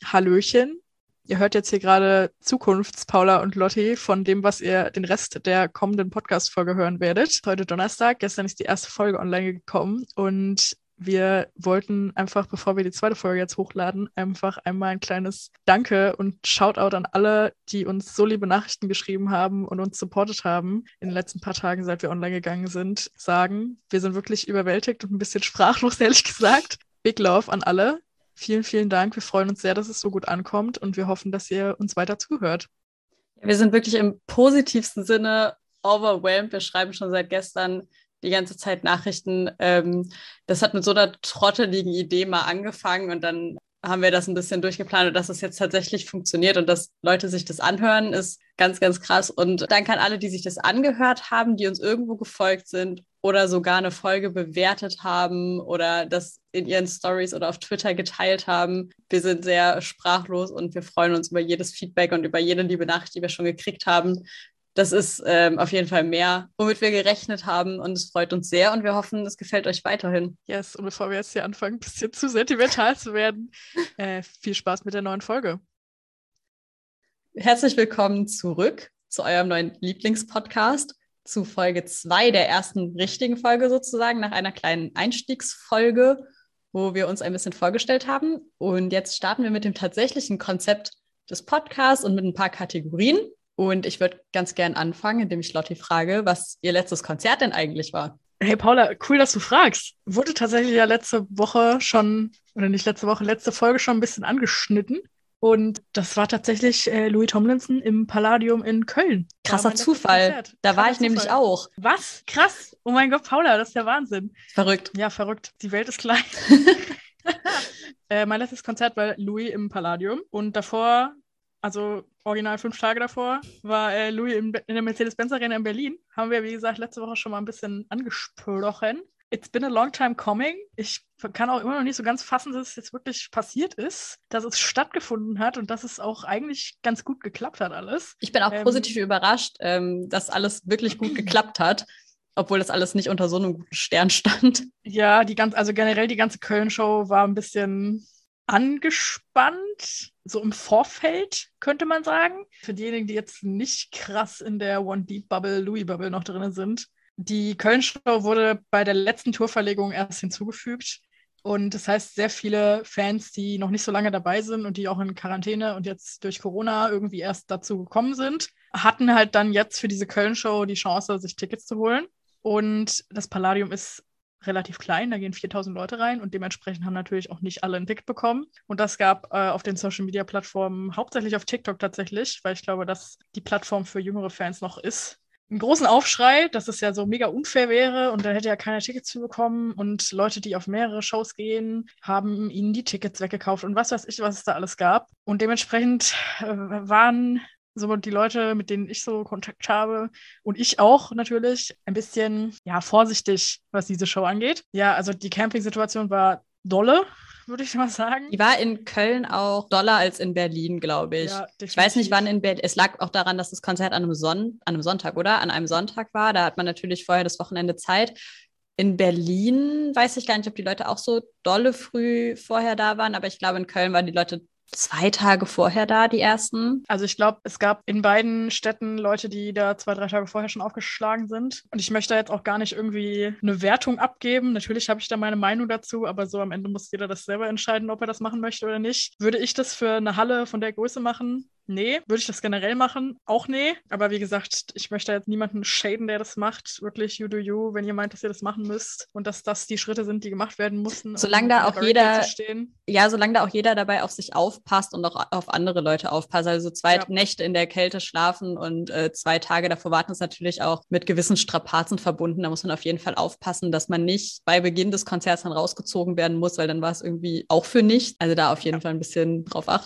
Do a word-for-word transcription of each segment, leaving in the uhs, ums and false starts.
Hallöchen. Ihr hört jetzt hier gerade Zukunfts-Paula und Lotti von dem, was ihr den Rest der kommenden Podcast-Folge hören werdet. Heute Donnerstag, gestern ist die erste Folge online gekommen und wir wollten einfach, bevor wir die zweite Folge jetzt hochladen, einfach einmal ein kleines Danke und Shoutout an alle, die uns so liebe Nachrichten geschrieben haben und uns supportet haben in den letzten paar Tagen, seit wir online gegangen sind, sagen. Wir sind wirklich überwältigt und ein bisschen sprachlos, ehrlich gesagt. Big Love an alle. Vielen, vielen Dank. Wir freuen uns sehr, dass es so gut ankommt und wir hoffen, dass ihr uns weiter zuhört. Wir sind wirklich im positivsten Sinne overwhelmed. Wir schreiben schon seit gestern die ganze Zeit Nachrichten. Ähm, das hat mit so einer trotteligen Idee mal angefangen und dann haben wir das ein bisschen durchgeplant und dass es jetzt tatsächlich funktioniert und dass Leute sich das anhören, ist ganz, ganz krass. Und danke an alle, die sich das angehört haben, die uns irgendwo gefolgt sind oder sogar eine Folge bewertet haben oder das in ihren Stories oder auf Twitter geteilt haben. Wir sind sehr sprachlos und wir freuen uns über jedes Feedback und über jede liebe Nachricht, die wir schon gekriegt haben. Das ist ähm, auf jeden Fall mehr, womit wir gerechnet haben und es freut uns sehr und wir hoffen, es gefällt euch weiterhin. Yes, und bevor wir jetzt hier anfangen, ein bisschen zu sentimental zu werden, äh, viel Spaß mit der neuen Folge. Herzlich willkommen zurück zu eurem neuen Lieblingspodcast, zu Folge zwei der ersten richtigen Folge sozusagen, nach einer kleinen Einstiegsfolge, wo wir uns ein bisschen vorgestellt haben. Und jetzt starten wir mit dem tatsächlichen Konzept des Podcasts und mit ein paar Kategorien. Und ich würde ganz gern anfangen, indem ich Lotti frage, was ihr letztes Konzert denn eigentlich war. Hey Paula, cool, dass du fragst. Wurde tatsächlich ja letzte Woche schon, oder nicht letzte Woche, letzte Folge schon ein bisschen angeschnitten. Und das war tatsächlich äh, Louis Tomlinson im Palladium in Köln. Krasser Zufall. Da war ich Zufall. nämlich auch. Was? Krass. Oh mein Gott, Paula, das ist der Wahnsinn. Verrückt. Ja, verrückt. Die Welt ist klein. äh, mein letztes Konzert war Louis im Palladium. Und davor, also original fünf Tage davor, war äh, Louis im, in der Mercedes-Benz-Arena in Berlin. Haben wir, wie gesagt, letzte Woche schon mal ein bisschen angesprochen. It's been a long time coming. Ich kann auch immer noch nicht so ganz fassen, dass es jetzt wirklich passiert ist, dass es stattgefunden hat und dass es auch eigentlich ganz gut geklappt hat alles. Ich bin auch ähm, positiv überrascht, ähm, dass alles wirklich gut geklappt hat, obwohl das alles nicht unter so einem guten Stern stand. Ja, die ganz, also generell die ganze Köln-Show war ein bisschen angespannt, so im Vorfeld, könnte man sagen. Für diejenigen, die jetzt nicht krass in der One-Deep-Bubble, Louis-Bubble noch drin sind. Die Köln-Show wurde bei der letzten Tourverlegung erst hinzugefügt. Und das heißt, sehr viele Fans, die noch nicht so lange dabei sind und die auch in Quarantäne und jetzt durch Corona irgendwie erst dazu gekommen sind, hatten halt dann jetzt für diese Köln-Show die Chance, sich Tickets zu holen. Und das Palladium ist relativ klein, da gehen viertausend Leute rein und dementsprechend haben natürlich auch nicht alle ein Ticket bekommen. Und das gab äh, auf den Social-Media-Plattformen, hauptsächlich auf TikTok tatsächlich, weil ich glaube, dass die Plattform für jüngere Fans noch ist, einen großen Aufschrei, dass es ja so mega unfair wäre und da hätte ja keiner Tickets für bekommen und Leute, die auf mehrere Shows gehen, haben ihnen die Tickets weggekauft und was weiß ich, was es da alles gab. Und dementsprechend äh, waren so die Leute, mit denen ich so Kontakt habe und ich auch natürlich ein bisschen, ja, vorsichtig, was diese Show angeht. Ja, also die Camping-Situation war dolle, würde ich mal sagen. Die war in Köln auch doller als in Berlin, glaube ich. Ja, ich weiß nicht, wann in Berlin. Es lag auch daran, dass das Konzert an einem, Son- an einem Sonntag, oder? An einem Sonntag war. Da hat man natürlich vorher das Wochenende Zeit. In Berlin weiß ich gar nicht, ob die Leute auch so dolle früh vorher da waren, aber ich glaube, in Köln waren die Leute zwei Tage vorher da, die ersten. Also ich glaube, es gab in beiden Städten Leute, die da zwei, drei Tage vorher schon aufgeschlagen sind. Und ich möchte jetzt auch gar nicht irgendwie eine Wertung abgeben. Natürlich habe ich da meine Meinung dazu, aber so am Ende muss jeder das selber entscheiden, ob er das machen möchte oder nicht. Würde ich das für eine Halle von der Größe machen? Nee. Würde ich das generell machen? Auch nee. Aber wie gesagt, ich möchte jetzt niemanden shaden, der das macht. Wirklich, you do you, wenn ihr meint, dass ihr das machen müsst und dass das die Schritte sind, die gemacht werden mussten. Solange um da auch jeder, stehen. ja, solange da auch jeder dabei auf sich aufpasst und auch auf andere Leute aufpasst. Also zwei ja. Nächte in der Kälte schlafen und äh, zwei Tage davor warten ist natürlich auch mit gewissen Strapazen verbunden. Da muss man auf jeden Fall aufpassen, dass man nicht bei Beginn des Konzerts dann rausgezogen werden muss, weil dann war es irgendwie auch für nichts. Also da auf jeden ja. Fall ein bisschen drauf achten.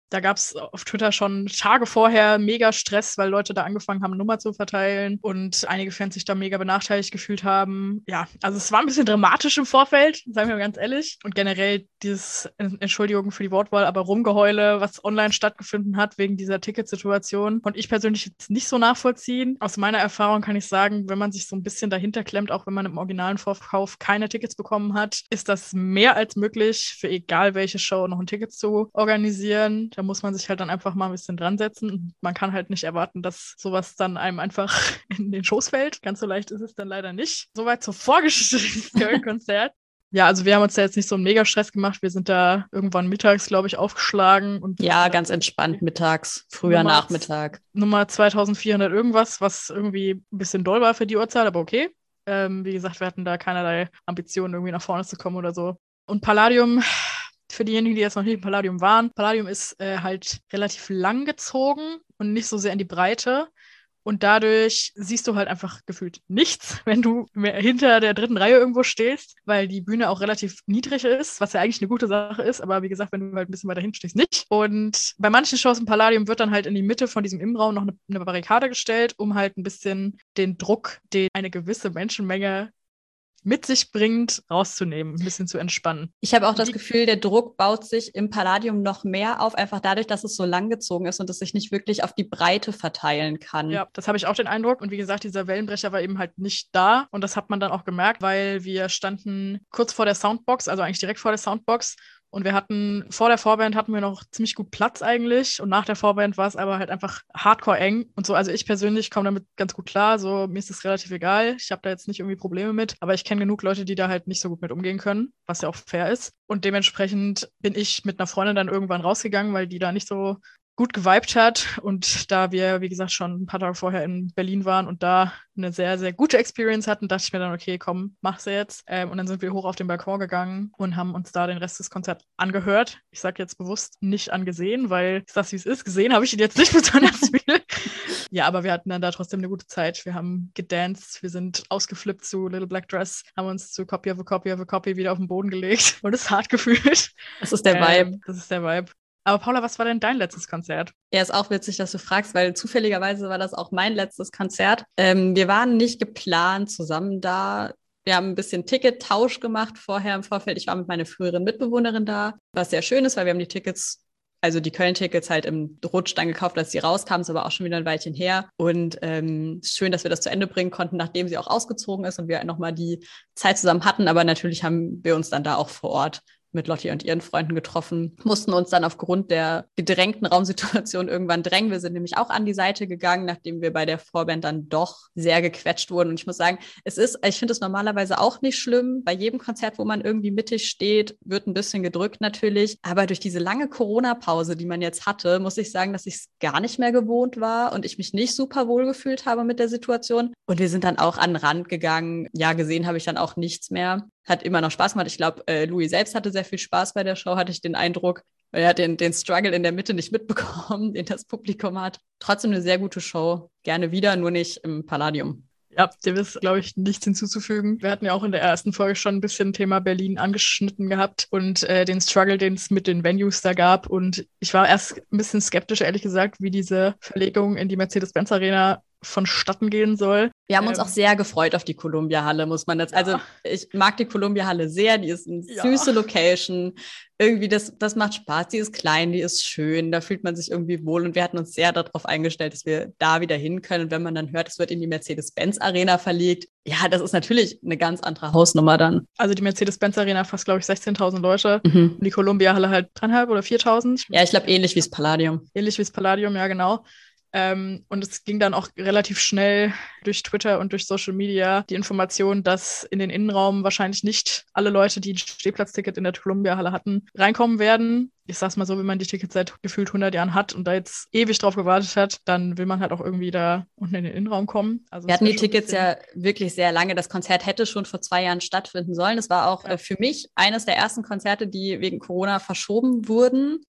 Da gab es auf Twitter schon Tage vorher mega Stress, weil Leute da angefangen haben, Nummer zu verteilen und einige Fans sich da mega benachteiligt gefühlt haben. Ja, also es war ein bisschen dramatisch im Vorfeld, sagen wir mal ganz ehrlich. Und generell dieses, Entschuldigung für die Wortwahl, aber Rumgeheule, was online stattgefunden hat wegen dieser Ticketsituation. Und ich persönlich jetzt nicht so nachvollziehen. Aus meiner Erfahrung kann ich sagen, wenn man sich so ein bisschen dahinter klemmt, auch wenn man im originalen Vorkauf keine Tickets bekommen hat, ist das mehr als möglich, für egal welche Show noch ein Ticket zu organisieren. Da muss man sich halt dann einfach mal ein bisschen dran setzen. Und man kann halt nicht erwarten, dass sowas dann einem einfach in den Schoß fällt. Ganz so leicht ist es dann leider nicht. Soweit zur Vorgeschichte des Köln-Konzerts. Ja, also wir haben uns da jetzt nicht so einen Mega-Stress gemacht. Wir sind da irgendwann mittags, glaube ich, aufgeschlagen. Und ja, ganz entspannt mittags, früher Nummer, Nachmittag. Nummer zweitausendvierhundert irgendwas, was irgendwie ein bisschen doll war für die Uhrzeit, aber okay. Ähm, wie gesagt, wir hatten da keinerlei Ambitionen, irgendwie nach vorne zu kommen oder so. Und Palladium... Für diejenigen, die jetzt noch nicht im Palladium waren, Palladium ist äh, halt relativ lang gezogen und nicht so sehr in die Breite. Und dadurch siehst du halt einfach gefühlt nichts, wenn du hinter der dritten Reihe irgendwo stehst, weil die Bühne auch relativ niedrig ist, was ja eigentlich eine gute Sache ist. Aber wie gesagt, wenn du halt ein bisschen weiter hinten stehst, nicht. Und bei manchen Shows im Palladium wird dann halt in die Mitte von diesem Innenraum noch eine, eine Barrikade gestellt, um halt ein bisschen den Druck, den eine gewisse Menschenmenge mit sich bringt, rauszunehmen, ein bisschen zu entspannen. Ich habe auch das Gefühl, der Druck baut sich im Palladium noch mehr auf, einfach dadurch, dass es so langgezogen ist und es sich nicht wirklich auf die Breite verteilen kann. Ja, das habe ich auch den Eindruck. Und wie gesagt, dieser Wellenbrecher war eben halt nicht da. Und das hat man dann auch gemerkt, weil wir standen kurz vor der Soundbox, also eigentlich direkt vor der Soundbox. Und wir hatten, vor der Vorband hatten wir noch ziemlich gut Platz eigentlich. Und nach der Vorband war es aber halt einfach hardcore eng. Und so, also ich persönlich komme damit ganz gut klar. So, mir ist das relativ egal. Ich habe da jetzt nicht irgendwie Probleme mit. Aber ich kenne genug Leute, die da halt nicht so gut mit umgehen können, was ja auch fair ist. Und dementsprechend bin ich mit einer Freundin dann irgendwann rausgegangen, weil die da nicht so gut geweibt hat. Und da wir, wie gesagt, schon ein paar Tage vorher in Berlin waren und da eine sehr, sehr gute Experience hatten, dachte ich mir dann, okay, komm, mach sie jetzt. Ähm, und dann sind wir hoch auf den Balkon gegangen und haben uns da den Rest des Konzerts angehört. Ich sage jetzt bewusst nicht angesehen, weil ich sage, wie es ist. Gesehen habe ich ihn jetzt nicht besonders viel. Ja, aber wir hatten dann da trotzdem eine gute Zeit. Wir haben gedanced, wir sind ausgeflippt zu Little Black Dress, haben uns zu Copy of a Copy of a Copy wieder auf den Boden gelegt und es hart gefühlt. Das ist der Vibe. Ähm, das ist der Vibe. Aber Paula, was war denn dein letztes Konzert? Ja, ist auch witzig, dass du fragst, weil zufälligerweise war das auch mein letztes Konzert. Ähm, wir waren nicht geplant zusammen da. Wir haben ein bisschen Tickettausch gemacht vorher im Vorfeld. Ich war mit meiner früheren Mitbewohnerin da, was sehr schön ist, weil wir haben die Tickets, also die Köln-Tickets halt im Rutsch dann gekauft, als die rauskamen, ist aber auch schon wieder ein Weilchen her. Und ähm, schön, dass wir das zu Ende bringen konnten, nachdem sie auch ausgezogen ist und wir nochmal die Zeit zusammen hatten. Aber natürlich haben wir uns dann da auch vor Ort mit Lotti und ihren Freunden getroffen, mussten uns dann aufgrund der gedrängten Raumsituation irgendwann drängen. Wir sind nämlich auch an die Seite gegangen, nachdem wir bei der Vorband dann doch sehr gequetscht wurden. Und ich muss sagen, es ist, ich finde es normalerweise auch nicht schlimm. Bei jedem Konzert, wo man irgendwie mittig steht, wird ein bisschen gedrückt natürlich. Aber durch diese lange Corona-Pause, die man jetzt hatte, muss ich sagen, dass ich es gar nicht mehr gewohnt war und ich mich nicht super wohl gefühlt habe mit der Situation. Und wir sind dann auch an den Rand gegangen. Ja, gesehen habe ich dann auch nichts mehr. Hat immer noch Spaß gemacht. Ich glaube, äh, Louis selbst hatte sehr viel Spaß bei der Show, hatte ich den Eindruck, weil er hat den, den Struggle in der Mitte nicht mitbekommen, den das Publikum hat. Trotzdem eine sehr gute Show. Gerne wieder, nur nicht im Palladium. Ja, dem ist, glaube ich, nichts hinzuzufügen. Wir hatten ja auch in der ersten Folge schon ein bisschen Thema Berlin angeschnitten gehabt und äh, den Struggle, den es mit den Venues da gab. Und ich war erst ein bisschen skeptisch, ehrlich gesagt, wie diese Verlegung in die Mercedes-Benz-Arena vonstatten gehen soll. Wir haben uns ähm, auch sehr gefreut auf die Columbia-Halle, muss man jetzt. Ja. Also ich mag die Columbia-Halle sehr, die ist eine ja. süße Location. Irgendwie, das, das macht Spaß, die ist klein, die ist schön, da fühlt man sich irgendwie wohl und wir hatten uns sehr darauf eingestellt, dass wir da wieder hin können. Und wenn man dann hört, es wird in die Mercedes-Benz-Arena verlegt, ja, das ist natürlich eine ganz andere Hausnummer dann. Also die Mercedes-Benz-Arena fast, glaube ich, sechzehntausend Leute mhm. und die Columbia-Halle halt dreieinhalb oder viertausend. Ja, ich glaube ähnlich wie das Palladium. Ähnlich wie das Palladium, ja genau. Ähm, und es ging dann auch relativ schnell durch Twitter und durch Social Media die Information, dass in den Innenraum wahrscheinlich nicht alle Leute, die ein Stehplatzticket in der Columbia-Halle hatten, reinkommen werden. Ich sag's mal so, wenn man die Tickets seit gefühlt hundert Jahren hat und da jetzt ewig drauf gewartet hat, dann will man halt auch irgendwie da unten in den Innenraum kommen. Also wir hatten die Tickets ja wirklich sehr lange. Das Konzert hätte schon vor zwei Jahren stattfinden sollen. Es war auch ja. äh, für mich eines der ersten Konzerte, die wegen Corona verschoben wurden.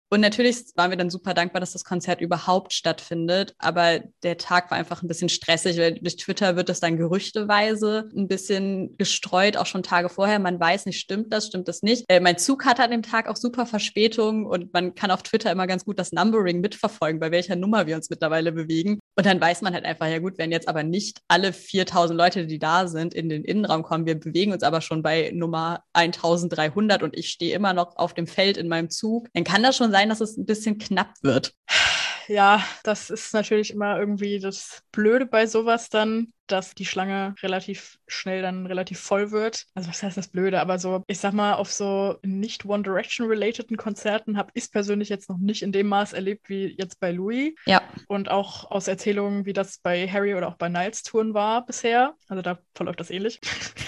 Und natürlich waren wir dann super dankbar, dass das Konzert überhaupt stattfindet. Aber der Tag war einfach ein bisschen stressig, weil durch Twitter wird das dann gerüchteweise ein bisschen gestreut, auch schon Tage vorher. Man weiß nicht, stimmt das, stimmt das nicht. Äh, mein Zug hatte an dem Tag auch super Verspätung und man kann auf Twitter immer ganz gut das Numbering mitverfolgen, bei welcher Nummer wir uns mittlerweile bewegen. Und dann weiß man halt einfach, ja gut, wenn jetzt aber nicht alle viertausend Leute, die da sind, in den Innenraum kommen, wir bewegen uns aber schon bei Nummer eintausenddreihundert und ich stehe immer noch auf dem Feld in meinem Zug, dann kann das schon sein, dass es ein bisschen knapp wird. Ja, das ist natürlich immer irgendwie das Blöde bei sowas dann, dass die Schlange relativ schnell dann relativ voll wird. Also was heißt das Blöde? Aber so, ich sag mal, auf so nicht One Direction-relateden Konzerten habe ich es persönlich jetzt noch nicht in dem Maß erlebt wie jetzt bei Louis. Ja. Und auch aus Erzählungen, wie das bei Harry oder auch bei Niles Touren war bisher. Also da verläuft das ähnlich.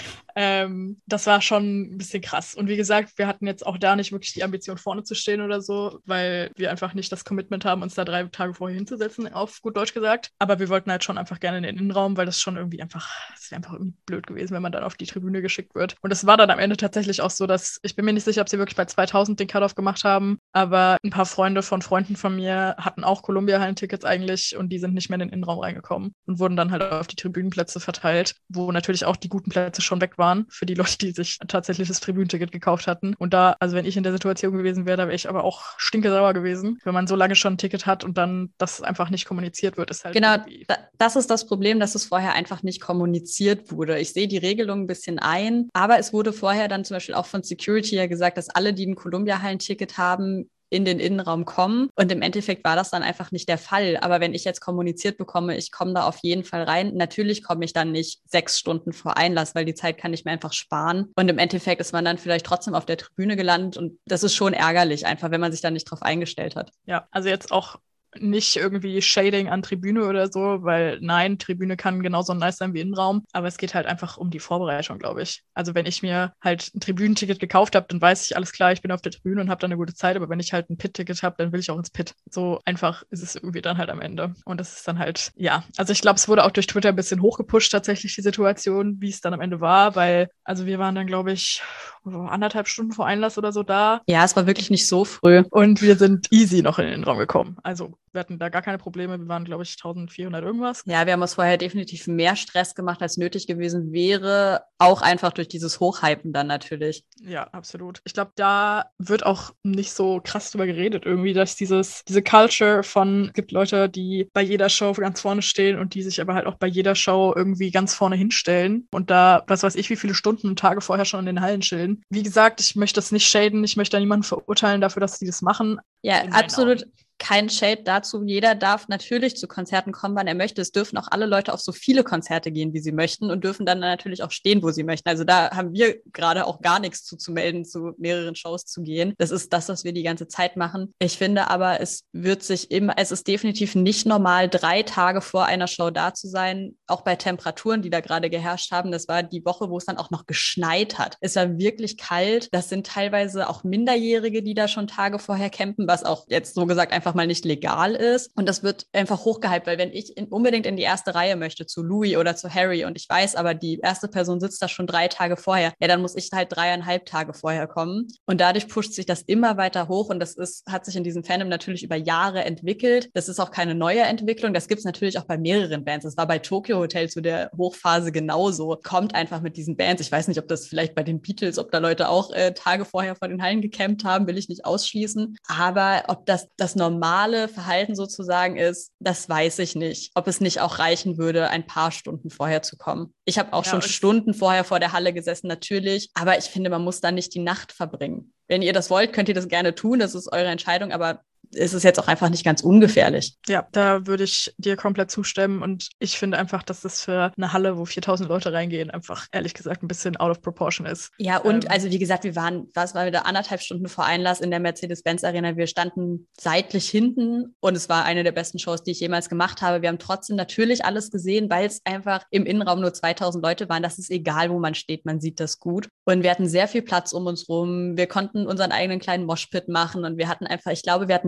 Ähm, das war schon ein bisschen krass. Und wie gesagt, wir hatten jetzt auch da nicht wirklich die Ambition, vorne zu stehen oder so, weil wir einfach nicht das Commitment haben, uns da drei Tage vorher hinzusetzen, auf gut Deutsch gesagt. Aber wir wollten halt schon einfach gerne in den Innenraum, weil das schon irgendwie einfach, das wäre einfach irgendwie blöd gewesen, wenn man dann auf die Tribüne geschickt wird. Und es war dann am Ende tatsächlich auch so, dass, ich bin mir nicht sicher, ob sie wirklich bei zweitausend den Cut-Off gemacht haben, aber ein paar Freunde von Freunden von mir hatten auch Columbia-Hallen-Tickets eigentlich und die sind nicht mehr in den Innenraum reingekommen und wurden dann halt auf die Tribünenplätze verteilt, wo natürlich auch die guten Plätze schon weg waren für die Leute, die sich tatsächlich das Tribünenticket gekauft hatten. Und da, also wenn ich in der Situation gewesen wäre, da wäre ich aber auch stinkesauer gewesen, wenn man so lange schon ein Ticket hat und dann das einfach nicht kommuniziert wird, ist halt genau, irgendwie... da, das ist das Problem, dass es vorher einfach nicht kommuniziert wurde. Ich sehe die Regelung ein bisschen ein, aber es wurde vorher dann zum Beispiel auch von Security ja gesagt, dass alle, die ein Columbia-Hallen-Ticket haben, in den Innenraum kommen. Und im Endeffekt war das dann einfach nicht der Fall. Aber wenn ich jetzt kommuniziert bekomme, ich komme da auf jeden Fall rein, natürlich komme ich dann nicht sechs Stunden vor Einlass, weil die Zeit kann ich mir einfach sparen. Und im Endeffekt ist man dann vielleicht trotzdem auf der Tribüne gelandet. Und das ist schon ärgerlich, einfach wenn man sich da nicht drauf eingestellt hat. Ja, also jetzt auch nicht irgendwie Shading an Tribüne oder so, weil nein, Tribüne kann genauso nice sein wie Innenraum, aber es geht halt einfach um die Vorbereitung, glaube ich. Also wenn ich mir halt ein Tribünenticket gekauft habe, dann weiß ich, alles klar, ich bin auf der Tribüne und habe dann eine gute Zeit, aber wenn ich halt ein Pit-Ticket habe, dann will ich auch ins Pit. So einfach ist es irgendwie dann halt am Ende. Und das ist dann halt, ja, also ich glaube, es wurde auch durch Twitter ein bisschen hochgepusht, tatsächlich die Situation, wie es dann am Ende war, weil, also wir waren dann, glaube ich, anderthalb Stunden vor Einlass oder so da. Ja, es war wirklich nicht so früh. Und wir sind easy noch in den Raum gekommen. Also wir hatten da gar keine Probleme. Wir waren, glaube ich, eintausendvierhundert irgendwas. Ja, wir haben uns vorher definitiv mehr Stress gemacht, als nötig gewesen wäre. Auch einfach durch dieses Hochhypen dann natürlich. Ja, absolut. Ich glaube, da wird auch nicht so krass drüber geredet irgendwie, dass dieses, diese Culture von, es gibt Leute, die bei jeder Show ganz vorne stehen und die sich aber halt auch bei jeder Show irgendwie ganz vorne hinstellen und da, was weiß ich, wie viele Stunden und Tage vorher schon in den Hallen chillen. Wie gesagt, ich möchte das nicht shaden, ich möchte da niemanden verurteilen dafür, dass die das machen. Ja, absolut. Augen. Kein Shade dazu. Jeder darf natürlich zu Konzerten kommen, wann er möchte. Es dürfen auch alle Leute auf so viele Konzerte gehen, wie sie möchten und dürfen dann natürlich auch stehen, wo sie möchten. Also da haben wir gerade auch gar nichts zuzumelden, zu mehreren Shows zu gehen. Das ist das, was wir die ganze Zeit machen. Ich finde aber, es wird sich immer, es ist definitiv nicht normal, drei Tage vor einer Show da zu sein, auch bei Temperaturen, die da gerade geherrscht haben. Das war die Woche, wo es dann auch noch geschneit hat. Es war wirklich kalt. Das sind teilweise auch Minderjährige, die da schon Tage vorher campen, was auch jetzt so gesagt einfach mal nicht legal ist. Und das wird einfach hochgehypt, weil wenn ich in, unbedingt in die erste Reihe möchte, zu Louis oder zu Harry und ich weiß aber, die erste Person sitzt da schon drei Tage vorher, ja, dann muss ich halt dreieinhalb Tage vorher kommen. Und dadurch pusht sich das immer weiter hoch und das ist, hat sich in diesem Fandom natürlich über Jahre entwickelt. Das ist auch keine neue Entwicklung. Das gibt es natürlich auch bei mehreren Bands. Das war bei Tokyo Hotel zu der Hochphase genauso. Kommt einfach mit diesen Bands. Ich weiß nicht, ob das vielleicht bei den Beatles, ob da Leute auch äh, Tage vorher vor den Hallen gecampt haben, will ich nicht ausschließen. Aber ob das das normale Verhalten sozusagen ist, das weiß ich nicht. Ob es nicht auch reichen würde, ein paar Stunden vorher zu kommen. Ich habe auch ja, schon Stunden vorher vor der Halle gesessen, natürlich. Aber ich finde, man muss da nicht die Nacht verbringen. Wenn ihr das wollt, könnt ihr das gerne tun. Das ist eure Entscheidung. Aber ist es jetzt auch einfach nicht ganz ungefährlich. Ja, da würde ich dir komplett zustimmen und ich finde einfach, dass das für eine Halle, wo viertausend Leute reingehen, einfach ehrlich gesagt ein bisschen out of proportion ist. Ja, und ähm, also wie gesagt, wir waren, was war wieder anderthalb Stunden vor Einlass in der Mercedes-Benz-Arena. Wir standen seitlich hinten und es war eine der besten Shows, die ich jemals gemacht habe. Wir haben trotzdem natürlich alles gesehen, weil es einfach im Innenraum nur zweitausend Leute waren. Das ist egal, wo man steht, man sieht das gut. Und wir hatten sehr viel Platz um uns rum. Wir konnten unseren eigenen kleinen Moshpit machen und wir hatten einfach, ich glaube, wir hatten eine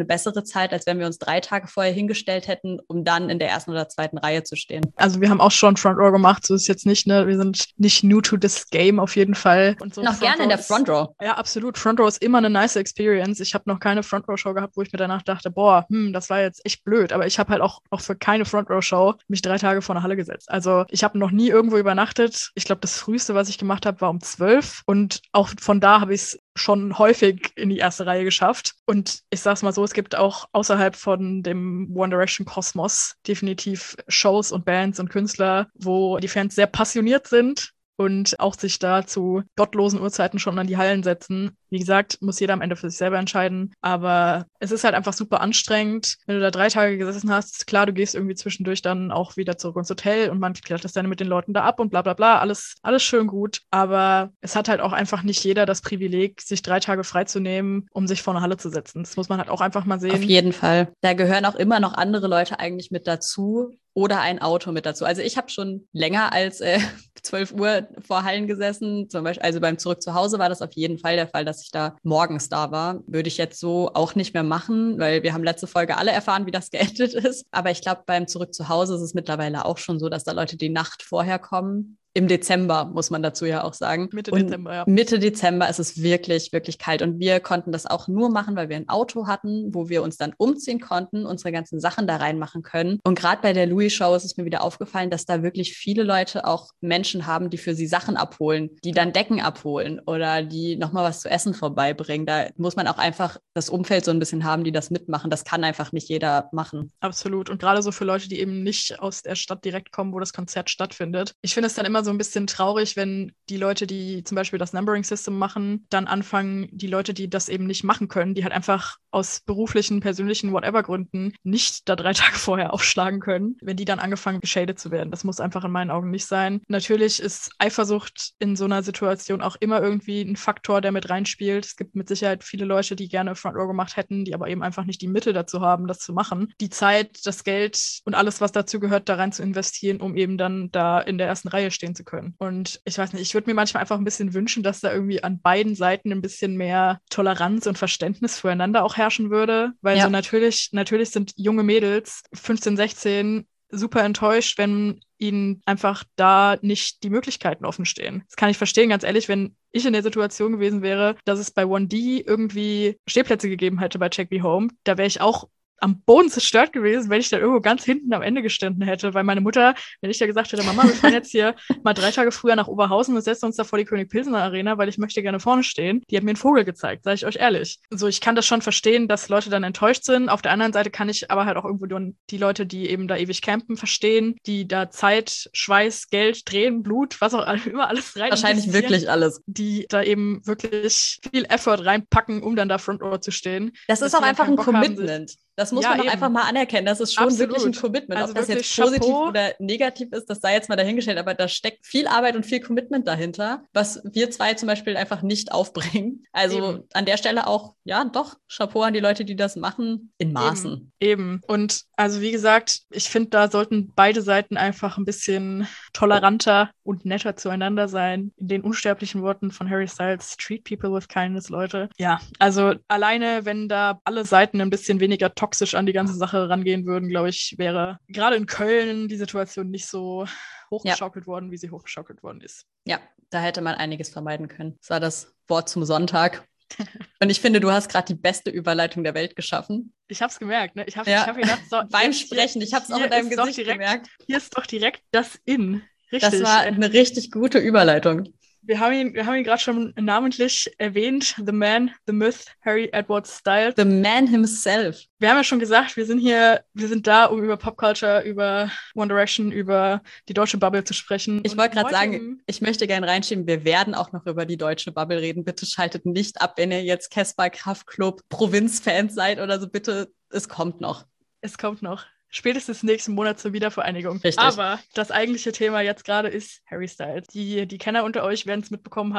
bessere Zeit, als wenn wir uns drei Tage vorher hingestellt hätten, um dann in der ersten oder zweiten Reihe zu stehen. Also wir haben auch schon Front Row gemacht, so ist jetzt nicht, ne, wir sind nicht new to this game auf jeden Fall. Und so noch gerne in der Front Row. Ist, ja, absolut. Front Row ist immer eine nice Experience. Ich habe noch keine Front Row Show gehabt, wo ich mir danach dachte, boah, hm, das war jetzt echt blöd. Aber ich habe halt auch noch für keine Front Row Show mich drei Tage vor eine Halle gesetzt. Also ich habe noch nie irgendwo übernachtet. Ich glaube, das früheste, was ich gemacht habe, war um zwölf. Und auch von da habe ich es schon häufig in die erste Reihe geschafft. Und ich sag's mal so, es gibt auch außerhalb von dem One Direction Kosmos definitiv Shows und Bands und Künstler, wo die Fans sehr passioniert sind und auch sich da zu gottlosen Uhrzeiten schon an die Hallen setzen. Wie gesagt, muss jeder am Ende für sich selber entscheiden. Aber es ist halt einfach super anstrengend. Wenn du da drei Tage gesessen hast, klar, du gehst irgendwie zwischendurch dann auch wieder zurück ins Hotel und man klärt das dann mit den Leuten da ab und bla bla bla. Alles, alles schön gut. Aber es hat halt auch einfach nicht jeder das Privileg, sich drei Tage freizunehmen, um sich vor eine Halle zu setzen. Das muss man halt auch einfach mal sehen. Auf jeden Fall. Da gehören auch immer noch andere Leute eigentlich mit dazu. Oder ein Auto mit dazu. Also ich habe schon länger als äh, zwölf Uhr vor Hallen gesessen. Zum Beispiel, also beim Zurück zu Hause war das auf jeden Fall der Fall, dass ich da morgens da war. Würde ich jetzt so auch nicht mehr machen, weil wir haben letzte Folge alle erfahren, wie das geendet ist. Aber ich glaube, beim Zurück zu Hause ist es mittlerweile auch schon so, dass da Leute die Nacht vorher kommen. Im Dezember, muss man dazu ja auch sagen. Mitte und Dezember, ja. Mitte Dezember ist es wirklich, wirklich kalt. Und wir konnten das auch nur machen, weil wir ein Auto hatten, wo wir uns dann umziehen konnten, unsere ganzen Sachen da reinmachen können. Und gerade bei der Louis-Show ist es mir wieder aufgefallen, dass da wirklich viele Leute auch Menschen haben, die für sie Sachen abholen, die dann Decken abholen oder die nochmal was zu essen vorbeibringen. Da muss man auch einfach das Umfeld so ein bisschen haben, die das mitmachen. Das kann einfach nicht jeder machen. Absolut. Und gerade so für Leute, die eben nicht aus der Stadt direkt kommen, wo das Konzert stattfindet. Ich finde es dann immer so ein bisschen traurig, wenn die Leute, die zum Beispiel das Numbering System machen, dann anfangen, die Leute, die das eben nicht machen können, die halt einfach aus beruflichen, persönlichen, whatever Gründen nicht da drei Tage vorher aufschlagen können, wenn die dann angefangen, geschadet zu werden. Das muss einfach in meinen Augen nicht sein. Natürlich ist Eifersucht in so einer Situation auch immer irgendwie ein Faktor, der mit reinspielt. Es gibt mit Sicherheit viele Leute, die gerne Front Row gemacht hätten, die aber eben einfach nicht die Mittel dazu haben, das zu machen. Die Zeit, das Geld und alles, was dazu gehört, da rein zu investieren, um eben dann da in der ersten Reihe stehen zu können. Und ich weiß nicht, ich würde mir manchmal einfach ein bisschen wünschen, dass da irgendwie an beiden Seiten ein bisschen mehr Toleranz und Verständnis füreinander auch herrschen würde. Weil ja. so natürlich, natürlich sind junge Mädels, fünfzehn, sechzehn, super enttäuscht, wenn ihnen einfach da nicht die Möglichkeiten offen stehen. Das kann ich verstehen, ganz ehrlich, wenn ich in der Situation gewesen wäre, dass es bei one D irgendwie Stehplätze gegeben hätte bei Take Me Home, da wäre ich auch am Boden zerstört gewesen, wenn ich da irgendwo ganz hinten am Ende gestanden hätte, weil meine Mutter, wenn ich da gesagt hätte, Mama, wir fahren jetzt hier mal drei Tage früher nach Oberhausen und setzen uns da vor die König-Pilsener-Arena, weil ich möchte gerne vorne stehen, die hat mir einen Vogel gezeigt, sage ich euch ehrlich. So, ich kann das schon verstehen, dass Leute dann enttäuscht sind. Auf der anderen Seite kann ich aber halt auch irgendwo die Leute, die eben da ewig campen, verstehen, die da Zeit, Schweiß, Geld, Tränen, Blut, was auch immer alles rein. Wahrscheinlich wirklich alles. Die da eben wirklich viel Effort reinpacken, um dann da Front Row zu stehen. Das ist auch einfach ein Commitment. Das muss ja, man doch einfach mal anerkennen. Das ist schon Absolut. wirklich ein Commitment. Also Ob das jetzt positiv Chapeau. oder negativ ist, das sei jetzt mal dahingestellt, aber da steckt viel Arbeit und viel Commitment dahinter, was wir zwei zum Beispiel einfach nicht aufbringen. Also Eben. an der Stelle auch, ja, doch, Chapeau an die Leute, die das machen, in Maßen. Eben. Eben. Und also wie gesagt, ich finde, da sollten beide Seiten einfach ein bisschen toleranter und netter zueinander sein. In den unsterblichen Worten von Harry Styles, treat people with kindness, Leute. Ja, also alleine, wenn da alle Seiten ein bisschen weniger toxisch an die ganze Sache rangehen würden, glaube ich, wäre gerade in Köln die Situation nicht so hochgeschaukelt ja. worden, wie sie hochgeschaukelt worden ist. Ja, da hätte man einiges vermeiden können. Das war das Wort zum Sonntag. Und ich finde, du hast gerade die beste Überleitung der Welt geschaffen. Ich habe es gemerkt, ne? Ich habe ja. hab gedacht, so, beim Sprechen, ich habe es auch in deinem Gesicht direkt, gemerkt. Hier ist doch direkt das In. Richtig. Das war eine richtig gute Überleitung. Wir haben ihn, wir haben ihn gerade schon namentlich erwähnt. The Man, the Myth, Harry Edward Styles. The Man himself. Wir haben ja schon gesagt, wir sind hier, wir sind da, um über Popculture, über One Direction, über die deutsche Bubble zu sprechen. Ich wollte gerade sagen, ich möchte gerne reinschieben, wir werden auch noch über die deutsche Bubble reden. Bitte schaltet nicht ab, wenn ihr jetzt Casper Kraftklub Provinzfans seid oder so. Bitte, es kommt noch. Es kommt noch. Spätestens nächsten Monat zur Wiedervereinigung. Richtig. Aber das eigentliche Thema jetzt gerade ist Harry Styles. Die, die Kenner unter euch werden es mitbekommen haben.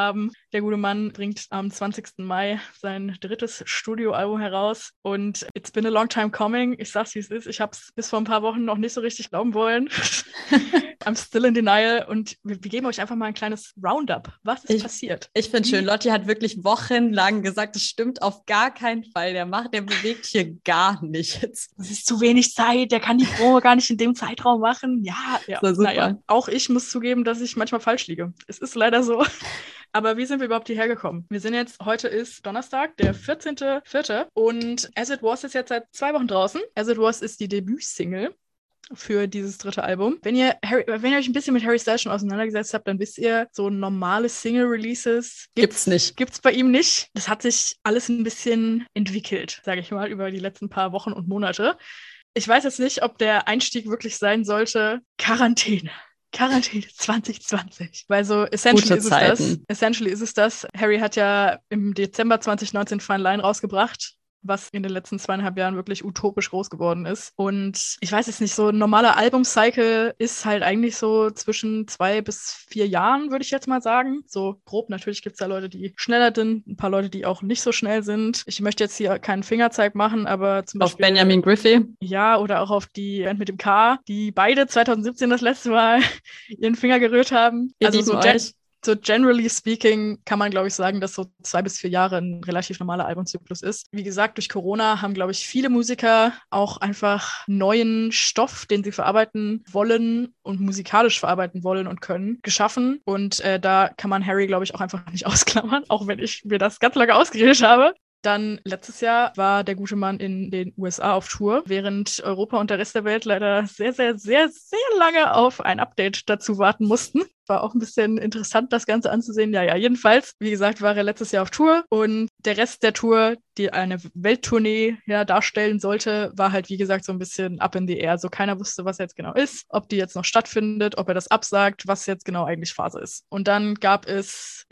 Der gute Mann bringt am zwanzigsten Mai sein drittes Studioalbum heraus und it's been a long time coming. Ich sag's, wie es ist. Ich hab's bis vor ein paar Wochen noch nicht so richtig glauben wollen. I'm still in denial und wir, wir geben euch einfach mal ein kleines Roundup. Was ist ich, passiert? Ich finde schön, Lotti hat wirklich wochenlang gesagt, das stimmt auf gar keinen Fall. Der macht, der bewegt hier gar nichts. Es ist zu wenig Zeit, der kann die Promo gar nicht in dem Zeitraum machen. Ja, ja. So, naja. Auch ich muss zugeben, dass ich manchmal falsch liege. Es ist leider so. Aber wie sind wir überhaupt hierher gekommen? Wir sind jetzt, heute ist Donnerstag, der vierzehnten vierten und As It Was ist jetzt seit zwei Wochen draußen. As It Was ist die Debütsingle für dieses dritte Album. Wenn ihr, Harry, wenn ihr euch ein bisschen mit Harry Styles schon auseinandergesetzt habt, dann wisst ihr, so normale Single-Releases gibt's, gibt's nicht. Gibt's bei ihm nicht. Das hat sich alles ein bisschen entwickelt, sage ich mal, über die letzten paar Wochen und Monate. Ich weiß jetzt nicht, ob der Einstieg wirklich sein sollte, Quarantäne. Quarantäne zwanzig zwanzig. Weil so essentially Gute ist es Zeiten. das. Essentially ist es das. Harry hat ja im Dezember zwanzig neunzehn Fine Line rausgebracht, was in den letzten zweieinhalb Jahren wirklich utopisch groß geworden ist. Und ich weiß jetzt nicht, so ein normaler Album-Cycle ist halt eigentlich so zwischen zwei bis vier Jahren, würde ich jetzt mal sagen. So grob, natürlich gibt es da Leute, die schneller sind, ein paar Leute, die auch nicht so schnell sind. Ich möchte jetzt hier keinen Fingerzeig machen, aber zum auf Beispiel... Auf Benjamin Griffey? Ja, oder auch auf die Band mit dem K, die beide zwanzig siebzehn das letzte Mal ihren Finger gerührt haben. Wir also so euch. So generally speaking kann man, glaube ich, sagen, dass so zwei bis vier Jahre ein relativ normaler Albumzyklus ist. Wie gesagt, durch Corona haben, glaube ich, viele Musiker auch einfach neuen Stoff, den sie verarbeiten wollen und musikalisch verarbeiten wollen und können, geschaffen. Und äh, da kann man Harry, glaube ich, auch einfach nicht ausklammern, auch wenn ich mir das ganz lange ausgeredet habe. Dann letztes Jahr war der gute Mann in den U S A auf Tour, während Europa und der Rest der Welt leider sehr, sehr, sehr, sehr lange auf ein Update dazu warten mussten. War auch ein bisschen interessant, das Ganze anzusehen. Ja, ja, jedenfalls, wie gesagt, war er letztes Jahr auf Tour und der Rest der Tour, die eine Welttournee ja darstellen sollte, war halt, wie gesagt, so ein bisschen up in the air. So keiner wusste, was jetzt genau ist, ob die jetzt noch stattfindet, ob er das absagt, was jetzt genau eigentlich Phase ist. Und dann gab es